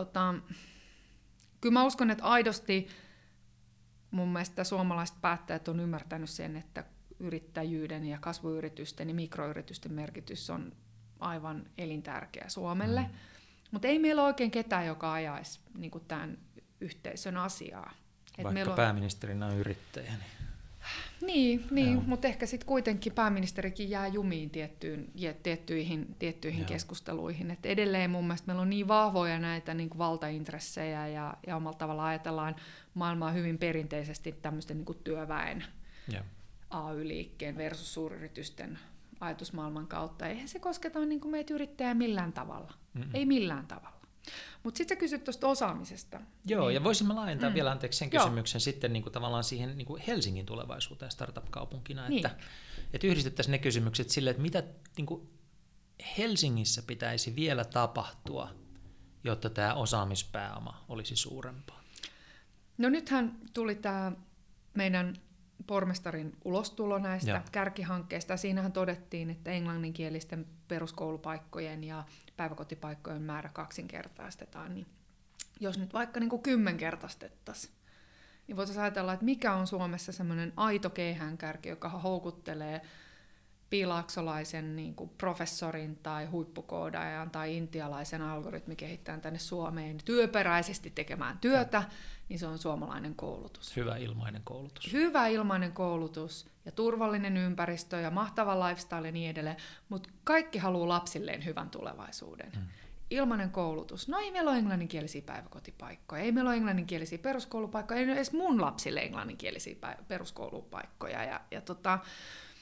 Kyllä mä uskon, että aidosti mun mielestä suomalaiset päättäjät on ymmärtänyt sen, että yrittäjyyden ja kasvuyritysten ja mikroyritysten merkitys on aivan elintärkeä Suomelle. Mutta ei meillä ole oikein ketään, joka ajaisi niin kuin tämän yhteisön asiaa. Vaikka pääministerinä on yrittäjä. Niin mutta ehkä sitten kuitenkin pääministerikin jää jumiin tiettyihin keskusteluihin. Et edelleen mun mielestä meillä on niin vahvoja näitä niin kuin valtaintressejä ja omalla tavalla ajatellaan maailmaa hyvin perinteisesti tämmöisten niin kuin työväen AY-liikkeen versus suuryritysten ajatusmaailman kautta. Eihän se kosketa niin kuin meitä yrittäjää millään tavalla. Ei millään tavalla. Mutta sitten sä kysyt tuosta osaamisesta. Joo, ja voisimme laajentaa vielä sen kysymyksen sitten niin kuin tavallaan siihen niin kuin Helsingin tulevaisuuteen startup-kaupunkina, että yhdistettäisiin ne kysymykset sille, että mitä niin kuin Helsingissä pitäisi vielä tapahtua, jotta tämä osaamispääoma olisi suurempaa. No nythän tuli tämä meidän pormestarin ulostulo näistä kärkihankkeista. Siinähän todettiin, että englanninkielisten peruskoulupaikkojen ja päiväkotipaikkojen määrä kaksinkertaistetaan. Niin jos nyt vaikka niin kuin 10-kertaistettaisiin, niin voitaisiin ajatella, että mikä on Suomessa semmoinen aito keihäänkärki, joka houkuttelee piilaaksolaisen niin kuin professorin tai huippukoodajan tai intialaisen algoritmikehittäjän tänne Suomeen työperäisesti tekemään työtä, niin se on suomalainen koulutus. Hyvä ilmainen koulutus. Hyvä ilmainen koulutus ja turvallinen ympäristö ja mahtava lifestyle ja niin edelleen, mutta kaikki haluaa lapsilleen hyvän tulevaisuuden. Ilmainen koulutus. No ei meillä ole englanninkielisiä päiväkotipaikkoja, ei meillä ole englanninkielisiä peruskoulupaikkoja, ei edes mun lapsille englanninkielisiä peruskoulupaikkoja.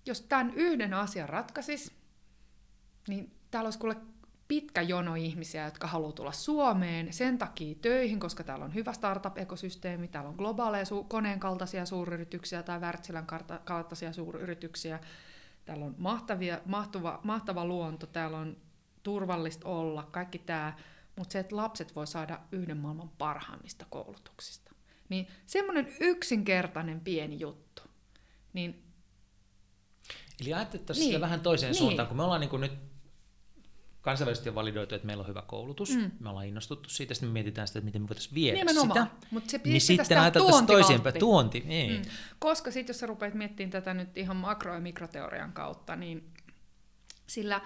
jos tämän yhden asian ratkaisisi, niin täällä olisi kuule pitkä jono ihmisiä, jotka haluaa tulla Suomeen sen takia töihin, koska täällä on hyvä startup-ekosysteemi, täällä on globaaleja koneen kaltaisia suuryrityksiä tai Wärtsilän kaltaisia suuryrityksiä, täällä on mahtava luonto, täällä on turvallista olla, kaikki tämä, mutta se, että lapset voi saada yhden maailman parhaimmista koulutuksista. Niin semmoinen yksinkertainen pieni juttu. Niin, eli ajattettaisiin sitä vähän toiseen suuntaan, kun me ollaan niin nyt kansainvälisesti on validoitu, että meillä on hyvä koulutus, me ollaan innostuttu siitä, sitten me mietitään sitä, että miten me voitaisiin viedä sitä, mutta se niin sitten ajateltaisiin toisiinpäin, tuonti. Koska sitten jos sä rupeat miettimään tätä nyt ihan makro- ja mikroteorian kautta, niin sillä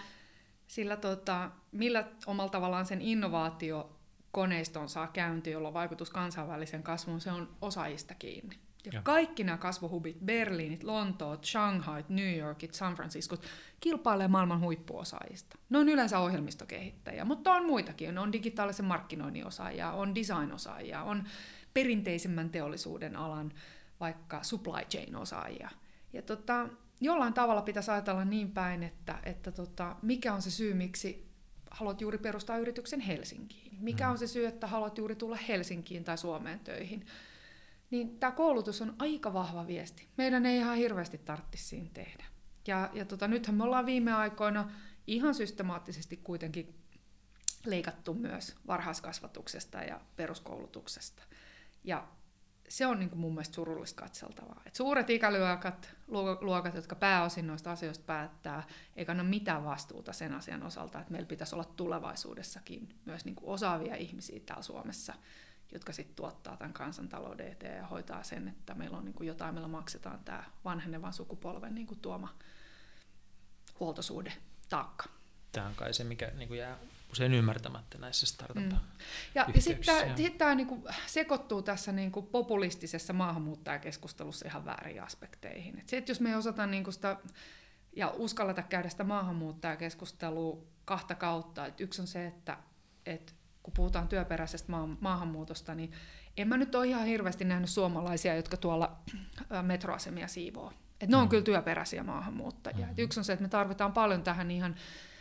millä omalla tavallaan sen innovaatiokoneiston saa käyntiin, jolla on vaikutus kansainvälisen kasvuun, se on osaajista kiinni. Ja kaikki nämä kasvuhubit, Berliinit, Lontoot, Shanghait, New Yorkit, San Franciscot, kilpailee maailman huippuosaajista. Ne on yleensä ohjelmistokehittäjiä, mutta on muitakin. On digitaalisen markkinoinnin osaajia, on design-osaajia, on perinteisemmän teollisuuden alan vaikka supply chain osaajia. Ja jollain tavalla pitäisi ajatella niin päin, että mikä on se syy, miksi haluat juuri perustaa yrityksen Helsinkiin. Mikä on se syy, että haluat juuri tulla Helsinkiin tai Suomeen töihin. Niin tämä koulutus on aika vahva viesti. Meidän ei ihan hirveästi tarvitsisi siinä tehdä. Ja nythän me ollaan viime aikoina ihan systemaattisesti kuitenkin leikattu myös varhaiskasvatuksesta ja peruskoulutuksesta. Ja se on niin kuin mun mielestä surullista katseltavaa. Et suuret ikäluokat, jotka pääosin noista asioista päättää, ei kanna mitään vastuuta sen asian osalta, että meillä pitäisi olla tulevaisuudessakin myös niin kuin osaavia ihmisiä täällä Suomessa, jotka sitten tuottaa tämän kansantalouden eteen ja hoitaa sen, että meillä on niin kuin jotain, millä maksetaan tämä vanhenevan sukupolven niin kuin tuoma huoltosuhde taakka. Tämä on kai se, mikä niin kuin jää usein ymmärtämättä näissä startup-yhteyksissä. Ja sitten tämä niin kuin sekoittuu tässä niin kuin populistisessa maahanmuuttajakeskustelussa ihan väärin aspekteihin. Että jos me ei osata niin kuin sitä ja uskalleta käydä sitä maahanmuuttajakeskustelua kahta kautta, että yksi on se, että kun puhutaan työperäisestä maahanmuutosta, niin en mä nyt ole ihan hirveästi nähnyt suomalaisia, jotka tuolla metroasemia siivoo. Että ne on kyllä työperäisiä maahanmuuttajia. Yksi on se, että me tarvitaan paljon tähän ihan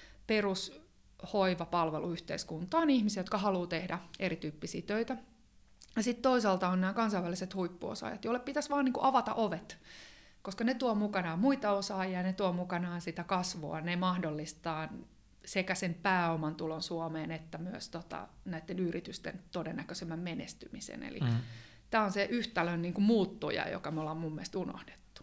perushoivapalveluyhteiskuntaan ihmisiä, jotka haluaa tehdä erityyppisiä töitä. Ja sitten toisaalta on nämä kansainväliset huippuosaajat, joille pitäisi vaan niin kuin avata ovet, koska ne tuo mukanaan muita osaajia, ne tuo mukanaan sitä kasvua, ne mahdollistaa sekä sen pääoman tulon Suomeen, että myös näiden yritysten todennäköisemmän menestymisen. Eli tämä on se yhtälön niin kuin muuttuja, joka me ollaan mun mielestä unohdettu.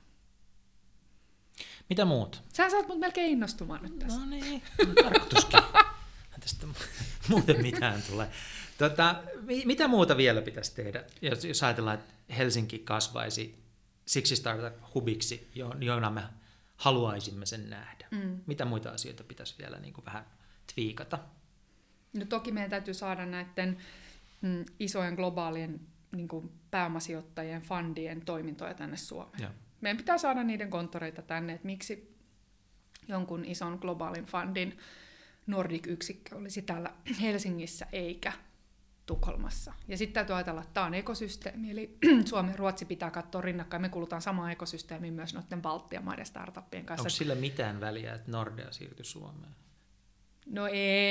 Mitä muut? Sä saat mut melkein innostumaan nyt tässä. No niin, tarkoituskin. Tästä muuten mitään tulee. Mitä muuta vielä pitäisi tehdä, jos ajatellaan, että Helsinki kasvaisi siksi startup-hubiksi, jona me haluaisimme sen nähdä? Mitä muita asioita pitäisi vielä niin kuin vähän twiikata? No toki meidän täytyy saada näiden isojen globaalien niin kuin pääomasijoittajien, fundien toimintoja tänne Suomeen. Ja. Meidän pitää saada niiden konttoreita tänne, että miksi jonkun ison globaalin fundin Nordic-yksikkö olisi täällä Helsingissä eikä Tukholmassa. Ja sitten täytyy ajatella, että tämä on ekosysteemi, eli Suomi ja Ruotsi pitää katsoa rinnakkain. Me kulutaan samaa ekosysteemiä myös noiden Baltian maiden startuppien kanssa. Onko sillä mitään väliä, että Nordea siirtyi Suomeen? No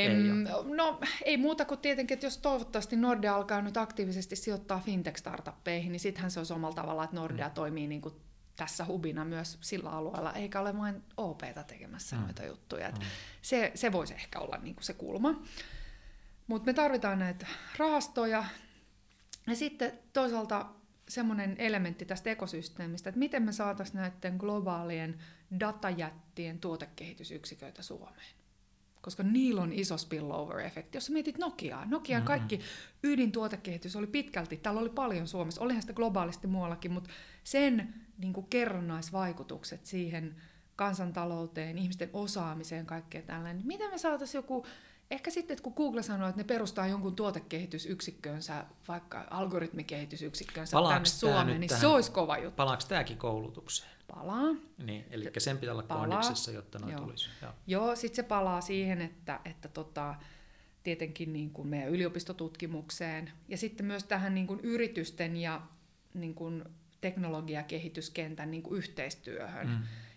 ei muuta kuin tietenkin, että jos toivottavasti Nordea alkaa nyt aktiivisesti sijoittaa fintech-startuppeihin, niin sittenhän se olisi omalla tavalla, että Nordea toimii niin kuin tässä hubina myös sillä alueella, eikä ole vain OP:ta tekemässä noita juttuja. Se voisi ehkä olla niin kuin se kulma. Mutta me tarvitaan näitä rahastoja. Ja sitten toisaalta semmoinen elementti tästä ekosysteemistä, että miten me saataisiin näiden globaalien datajättien tuotekehitysyksiköitä Suomeen. Koska niillä on iso spillover-efekti. Jos sä mietit Nokian kaikki ydintuotekehitys oli pitkälti, täällä oli paljon Suomessa, olihan sitä globaalisti muuallakin, mutta sen niin kuin kerrannaisvaikutukset siihen kansantalouteen, ihmisten osaamiseen, kaikkea tällainen. Niin miten me saataisiin joku, ehkä sitten, että kun Google sanoo, että ne perustaa jonkun tuotekehitysyksikkönsä, vaikka algoritmikehitysyksikkönsä tänne Suomeen, niin se olisi kova juttu. Palaako tämäkin koulutukseen? Palaa. Niin, eli sen pitää olla kondiksessa, jotta noin tulisi. Joo, sitten se palaa siihen, että tietenkin niin kuin meidän yliopistotutkimukseen ja sitten myös tähän niin kuin yritysten ja niin kuin teknologiakehityskentän niin kuin yhteistyöhön.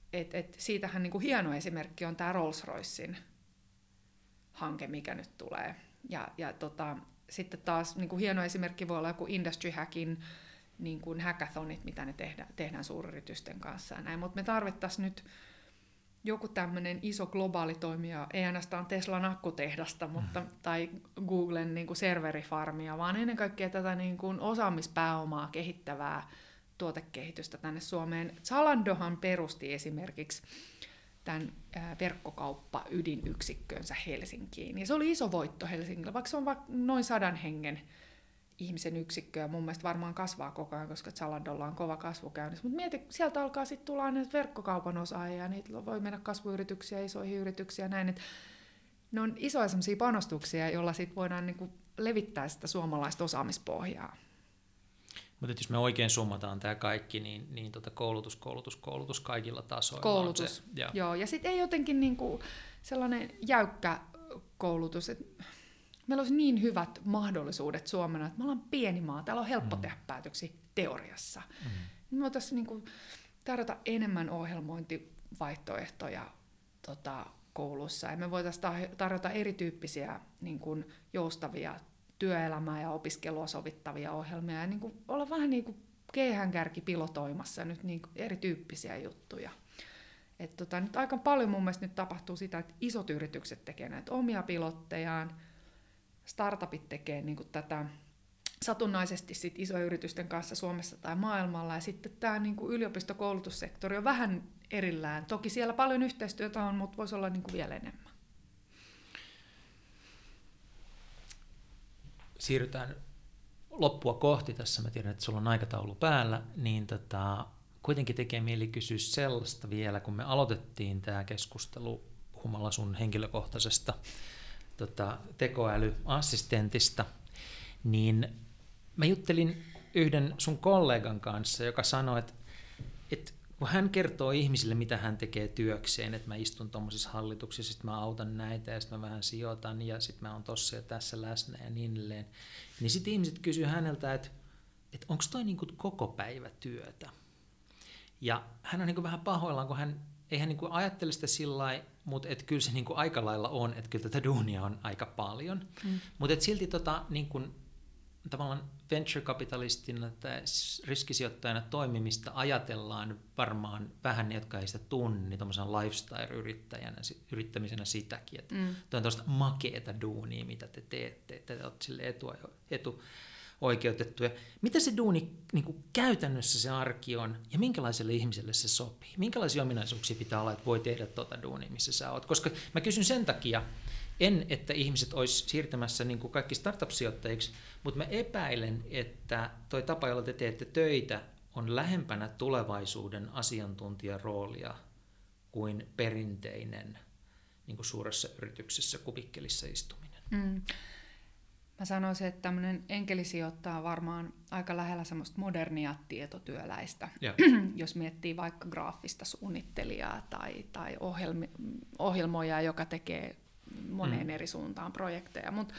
siitähän niin kuin hieno esimerkki on tämä Rolls-Roycen hanke, mikä nyt tulee. Ja sitten taas niin kuin hieno esimerkki voi olla joku Industry Hackin niin kuin hackathonit, mitä ne tehdään suuryritysten kanssa ja näin. Mutta me tarvittaisiin nyt joku tämmöinen iso globaali toimija, ei ainoastaan Teslan akkutehdasta tai Googlen niin kuin serverifarmia, vaan ennen kaikkea tätä niin kuin osaamispääomaa kehittävää tuotekehitystä tänne Suomeen. Zalandohan perusti esimerkiksi tämän verkkokauppa-ydinyksikkönsä Helsinkiin. Ja se oli iso voitto Helsingillä, vaikka se on noin 100 hengen ihmisen yksikkö, ja mun mielestä varmaan kasvaa koko ajan, koska Zalandolla on kova kasvu käynnissä. Mutta mieti, sieltä alkaa sitten tulla näitä verkkokaupan osaajia, ja niitä voi mennä kasvuyrityksiä, isoihin yrityksiä ja näin. Et ne on isoja sellaisia panostuksia, joilla sit voidaan niinku levittää sitä suomalaista osaamispohjaa. Mutta jos me oikein summataan tämä kaikki, niin koulutus kaikilla tasoilla. Koulutus, joo. Ja sitten ei jotenkin niinku sellainen jäykkä koulutus, että meillä olisi niin hyvät mahdollisuudet Suomena, että me ollaan pieni maa, täällä on helppo tehdä päätöksiä teoriassa. Me voitaisiin niinku tarjota enemmän ohjelmointivaihtoehtoja koulussa, ja me voitaisiin tarjota erityyppisiä niinku joustavia työelämää ja opiskelua sovittavia ohjelmia, ja niinku olla vähän niin kuin keihäänkärki pilotoimassa nyt niinku erityyppisiä juttuja. Nyt aika paljon mun mielestä nyt tapahtuu sitä, että isot yritykset tekee näitä omia pilottejaan, startupit tekee niin kuin tätä satunnaisesti sit isojen yritysten kanssa Suomessa tai maailmalla, ja sitten tämä niin kuin yliopistokoulutussektori on vähän erillään. Toki siellä paljon yhteistyötä on, mutta voisi olla niin kuin vielä enemmän. Siirrytään loppua kohti tässä. Mä tiedän, että sulla on aikataulu päällä, niin kuitenkin tekee mieli kysyä sellaista vielä, kun me aloitettiin tämä keskustelu puhumalla sun henkilökohtaisesta tekoälyassistentista, niin mä juttelin yhden sun kollegan kanssa, joka sanoi, että kun hän kertoo ihmisille, mitä hän tekee työkseen, että mä istun tuommoisissa hallituksissa, sitten mä autan näitä ja sitten mä vähän sijoitan ja sitten mä oon tossa ja tässä läsnä ja niin edelleen, niin sitten ihmiset kysyy häneltä, että onko toi niinku koko päivä työtä? Ja hän on niinku vähän pahoillaan, kun ei hän niinku ajattele sitä sillä lailla, mutta kyllä se niinku aika lailla on, että kyllä tätä duunia on aika paljon. Mutta silti niinku, tavallaan venture-kapitalistina tai riskisijoittajana toimimista ajatellaan varmaan vähän ne, jotka ei sitä tunne, niin tuommoisena lifestyle-yrittämisenä sitäkin, että toi on tuosta makeeta duunia, mitä te teette, että te olette sille etuoikeutettuja. Mitä se duuni niin kuin käytännössä se arki on ja minkälaiselle ihmiselle se sopii? Minkälaisia ominaisuuksia pitää olla, että voi tehdä tuota duunia, missä sä oot? Koska mä kysyn sen takia, että ihmiset olisi siirtämässä niin kuin kaikki startup-sijoittajiksi, mutta mä epäilen, että toi tapa, jolla te teette töitä, on lähempänä tulevaisuuden asiantuntijaroolia kuin perinteinen niin kuin suuressa yrityksessä kubikkelissa istuminen. Mä sanoisin, että tämmöinen enkelisijoittaja on varmaan aika lähellä semmoista modernia tietotyöläistä, jos miettii vaikka graafista suunnittelijaa tai ohjelmoijaa, joka tekee moneen eri suuntaan projekteja. Mutta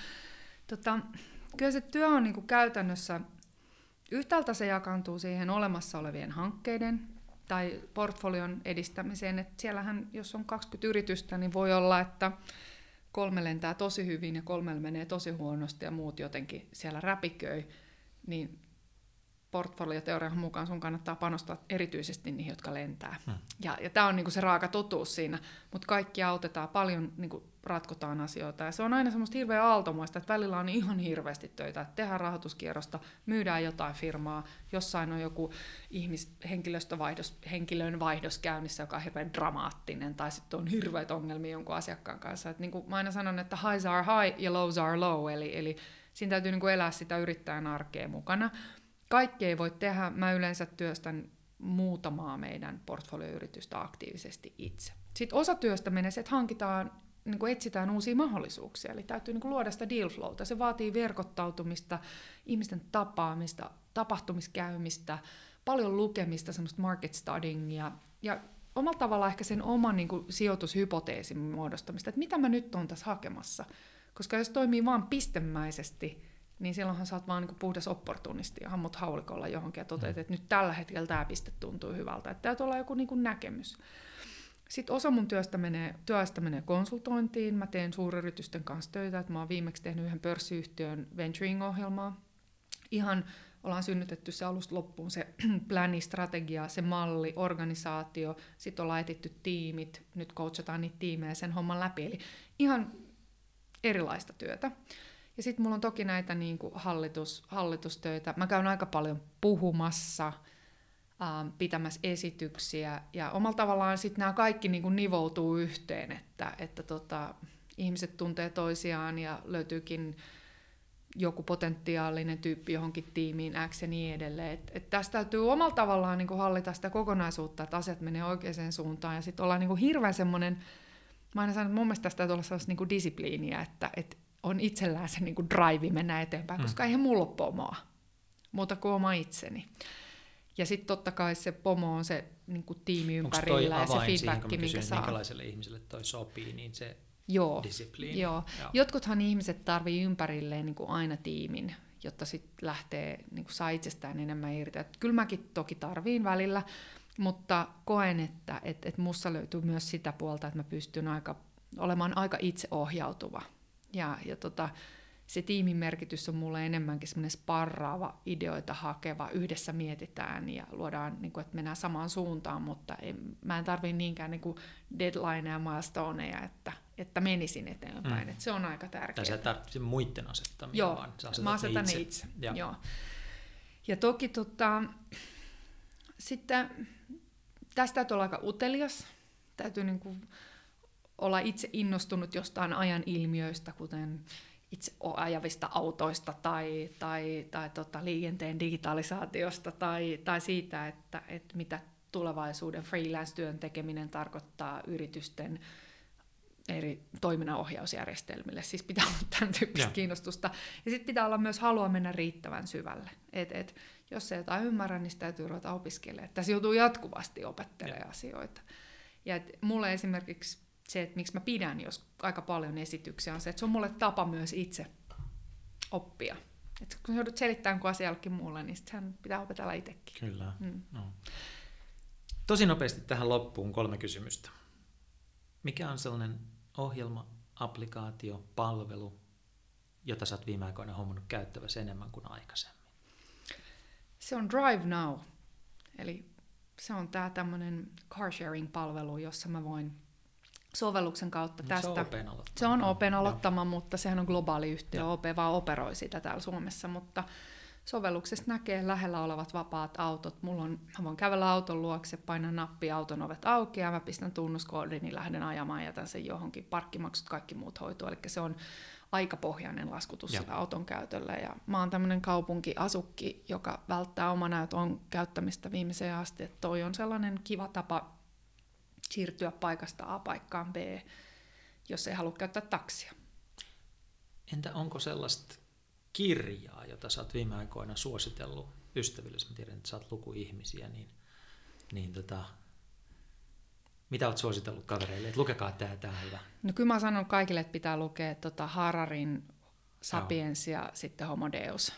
kyllä se työ on niinku käytännössä, yhtäältä se jakaantuu siihen olemassa olevien hankkeiden tai portfolion edistämiseen, että siellähän, jos on 20 yritystä, niin voi olla, että 3 lentää tosi hyvin ja 3 menee tosi huonosti ja muut jotenkin siellä räpiköi, niin portfolioteorian mukaan sun kannattaa panostaa erityisesti niihin, jotka lentää. Ja tämä on niinku se raaka totuus siinä, mutta kaikki autetaan, paljon niinku ratkotaan asioita. Ja se on aina semmoista hirveän aaltomaista, että välillä on ihan hirveästi töitä, että tehdään rahoituskierrosta, myydään jotain firmaa, jossain on joku henkilön vaihdos käynnissä, joka on hirveän dramaattinen, tai sitten on hirveät ongelmia jonkun asiakkaan kanssa. Et niinku mä aina sanon, että highs are high ja lows are low, eli siinä täytyy niinku elää sitä yrittäjän arkea mukana. Kaikki ei voi tehdä. Mä yleensä työstän muutamaa meidän portfolioyritystä aktiivisesti itse. Sitten osa työstä menee se, että hankitaan, niin kuin etsitään uusia mahdollisuuksia. Eli täytyy niin kuin luoda sitä deal flowta. Se vaatii verkottautumista, ihmisten tapaamista, tapahtumiskäymistä, paljon lukemista, semmoista market studyingia ja omalla tavalla ehkä sen oman niin kuin sijoitushypoteesin muodostamista, että mitä mä nyt oon tässä hakemassa. Koska jos toimii vaan pistemäisesti, niin silloinhan sä oot vaan niin kuin puhdas opportunisti ja hammut haulikolla johonkin ja toteat, että nyt tällä hetkellä tämä piste tuntuu hyvältä. Että täytyy olla joku niin kuin näkemys. Sitten osa mun työstä menee konsultointiin. Mä teen suuryritysten kanssa töitä. Mä oon viimeksi tehnyt yhden pörssiyhtiön venturing-ohjelmaa. Ihan ollaan synnytetty se alusta loppuun, se pläni, strategia, se malli, organisaatio. Sitten ollaan etitty tiimit. Nyt coachataan niitä tiimejä sen homman läpi. Eli ihan erilaista työtä. Ja sitten mulla on toki näitä niin kuin hallitustöitä. Mä käyn aika paljon puhumassa, pitämässä esityksiä, ja omalla tavallaan sitten nämä kaikki niin kuin nivoutuu yhteen, että ihmiset tuntee toisiaan ja löytyykin joku potentiaalinen tyyppi johonkin tiimiin X ja niin edelleen. Et tästä täytyy omalla tavallaan niin kuin hallita sitä kokonaisuutta, että asiat menee oikeaan suuntaan, ja sitten ollaan niin kuin hirveän semmoinen, mä aina sanon, että mun mielestä tästä täytyy olla sellaista niin kuin disipliiniä, että on itsellään se niin kuin drive mennä eteenpäin, koska eihän mulla ole pomoa, muuta kuin oma itseni. Ja sitten totta kai se pomo on se niin kuin tiimi ympärillä ja se feedback, minkä saa. Minkälaiselle ihmiselle toi sopii, niin se disipliini. Joo. Jotkuthan ihmiset tarvii ympärilleen niin kuin aina tiimin, jotta sitten lähtee, niin kuin saa itsestään enemmän irti. Kyllä mäkin toki tarviin välillä, mutta koen, että musta löytyy myös sitä puolta, että mä pystyn olemaan aika itseohjautuva. Ja se tiimin merkitys on mulle enemmänkin semmoinen sparraava, ideoita hakeva, yhdessä mietitään ja luodaan, niin kuin, että mennään samaan suuntaan, mutta mä en tarvitse niinkään niin kuin deadlineja ja milestoneja, että menisin eteenpäin. Että se on aika tärkeää. Tai sä tarvitset muiden asettamia, joo, vaan sä mä asetan ne itse. Joo. Ja toki sitten tästä täytyy olla aika utelias. Täytyy niin kuin olla itse innostunut jostain ajan ilmiöistä, kuten itse ajavista autoista tai liikenteen digitalisaatiosta tai siitä, että mitä tulevaisuuden freelance-työn tekeminen tarkoittaa yritysten eri toiminnanohjausjärjestelmille. Siis pitää olla tämän tyyppistä kiinnostusta. Ja sitten pitää olla myös halua mennä riittävän syvälle. Jos ei jotain ymmärrä, niin sitä täytyy ruveta opiskelemaan. Tässä joutuu jatkuvasti opettelemaan asioita. Ja mulle esimerkiksi se, että miksi mä pidän jos aika paljon esityksiä, on se, että se on mulle tapa myös itse oppia. Et kun joudut selittämään kun asia jollekin muulle, niin sehän pitää opetella itsekin. Kyllä. No. Tosi nopeasti tähän loppuun 3 kysymystä. Mikä on sellainen ohjelma, applikaatio, palvelu, jota sä oot viime aikoina hommannut käyttäväsi enemmän kuin aikaisemmin? Se on Drive Now. Eli se on tää tämmönen car sharing-palvelu, jossa mä voin sovelluksen kautta tästä. Se on Open aloittama, mutta sehän on globaali yhtiö. OP vaan operoi sitä täällä Suomessa, mutta sovelluksesta näkee lähellä olevat vapaat autot. Mä voin kävellä auton luokse, painan nappia, auton ovet aukeaa, mä pistän tunnuskoodin, niin lähden ajamaan ja jätän sen johonkin. Parkkimaksut, kaikki muut hoituu. Eli se on aikapohjainen laskutus sillä auton käytöllä. Ja mä oon tämmöinen kaupunkiasukki, joka välttää oman auton käyttämistä viimeiseen asti. Että toi on sellainen kiva tapa siirtyä paikasta A paikkaan B, jos ei halua käyttää taksia. Entä onko sellaista kirjaa, jota sä oot viime aikoina suositellut ystäville? Mä tiedän, että sä oot lukuihmisiä, niin mitä oot suositellut kavereille? Että lukekaa tää on hyvä. No kyllä mä sanon kaikille, että pitää lukea Hararin Sapiens ja sitten Homo Deus.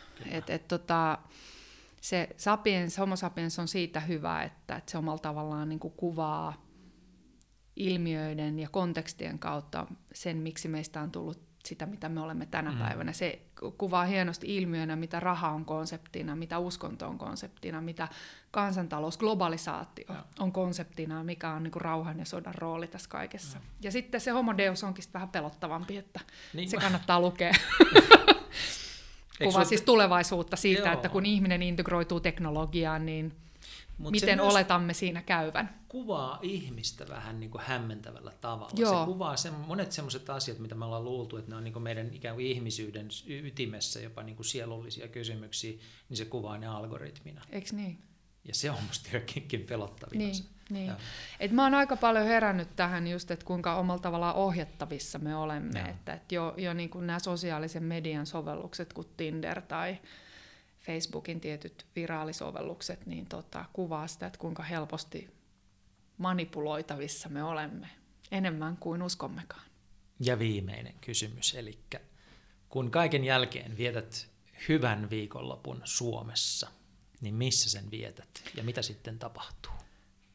Se Homo Sapiens on siitä hyvä, että se omalla tavallaan niin kuin kuvaa ilmiöiden ja kontekstien kautta sen, miksi meistä on tullut sitä, mitä me olemme tänä päivänä. Se kuvaa hienosti ilmiönä, mitä raha on konseptina, mitä uskonto on konseptina, mitä kansantalous, globalisaatio on konseptina, mikä on niin kuin rauhan ja sodan rooli tässä kaikessa. Ja sitten se Homo Deus onkin vähän pelottavampi, että se kannattaa lukea. Kuvaa siis tulevaisuutta siitä, että kun ihminen integroituu teknologiaan, niin miten oletamme siinä käyvän. Kuvaa ihmistä vähän niin kuin hämmentävällä tavalla. Se kuvaa monet sellaiset asiat, mitä me ollaan luultu, että ne on niin kuin meidän ikään kuin ihmisyyden ytimessä, jopa niin kuin sielullisia kysymyksiä, niin se kuvaa ne algoritmina. Eikö niin? Ja se on musta jotenkin pelottavia. Niin. Et mä oon aika paljon herännyt tähän just, että kuinka omalla tavallaan ohjattavissa me olemme. Että jo niin kuin nämä sosiaalisen median sovellukset, kuin Tinder tai Facebookin tietyt viraalisovellukset, niin kuvaa sitä, että kuinka helposti manipuloitavissa me olemme, enemmän kuin uskommekaan. Ja viimeinen kysymys, eli kun kaiken jälkeen vietät hyvän viikonlopun Suomessa, niin missä sen vietät ja mitä sitten tapahtuu?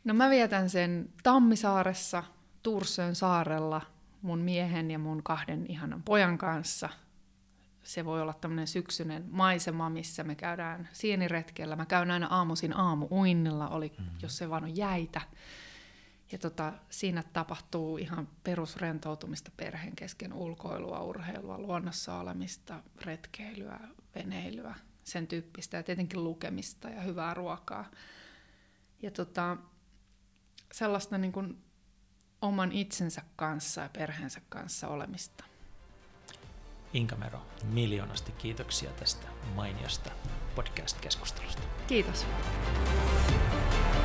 No mä vietän sen Tammisaaressa, Tursön saarella, mun miehen ja mun 2 ihanan pojan kanssa. Se voi olla tämmöinen syksyinen maisema, missä me käydään sieniretkellä. Mä käyn aina aamuisin aamu-uinnilla, jos se vaan on jäitä. Ja siinä tapahtuu ihan perusrentoutumista perheen kesken, ulkoilua, urheilua, luonnossa olemista, retkeilyä, veneilyä, sen tyyppistä ja tietenkin lukemista ja hyvää ruokaa. Ja sellaista niin kuin oman itsensä kanssa ja perheensä kanssa olemista. Inka Mero, miljoonasti kiitoksia tästä mainiosta podcast-keskustelusta. Kiitos.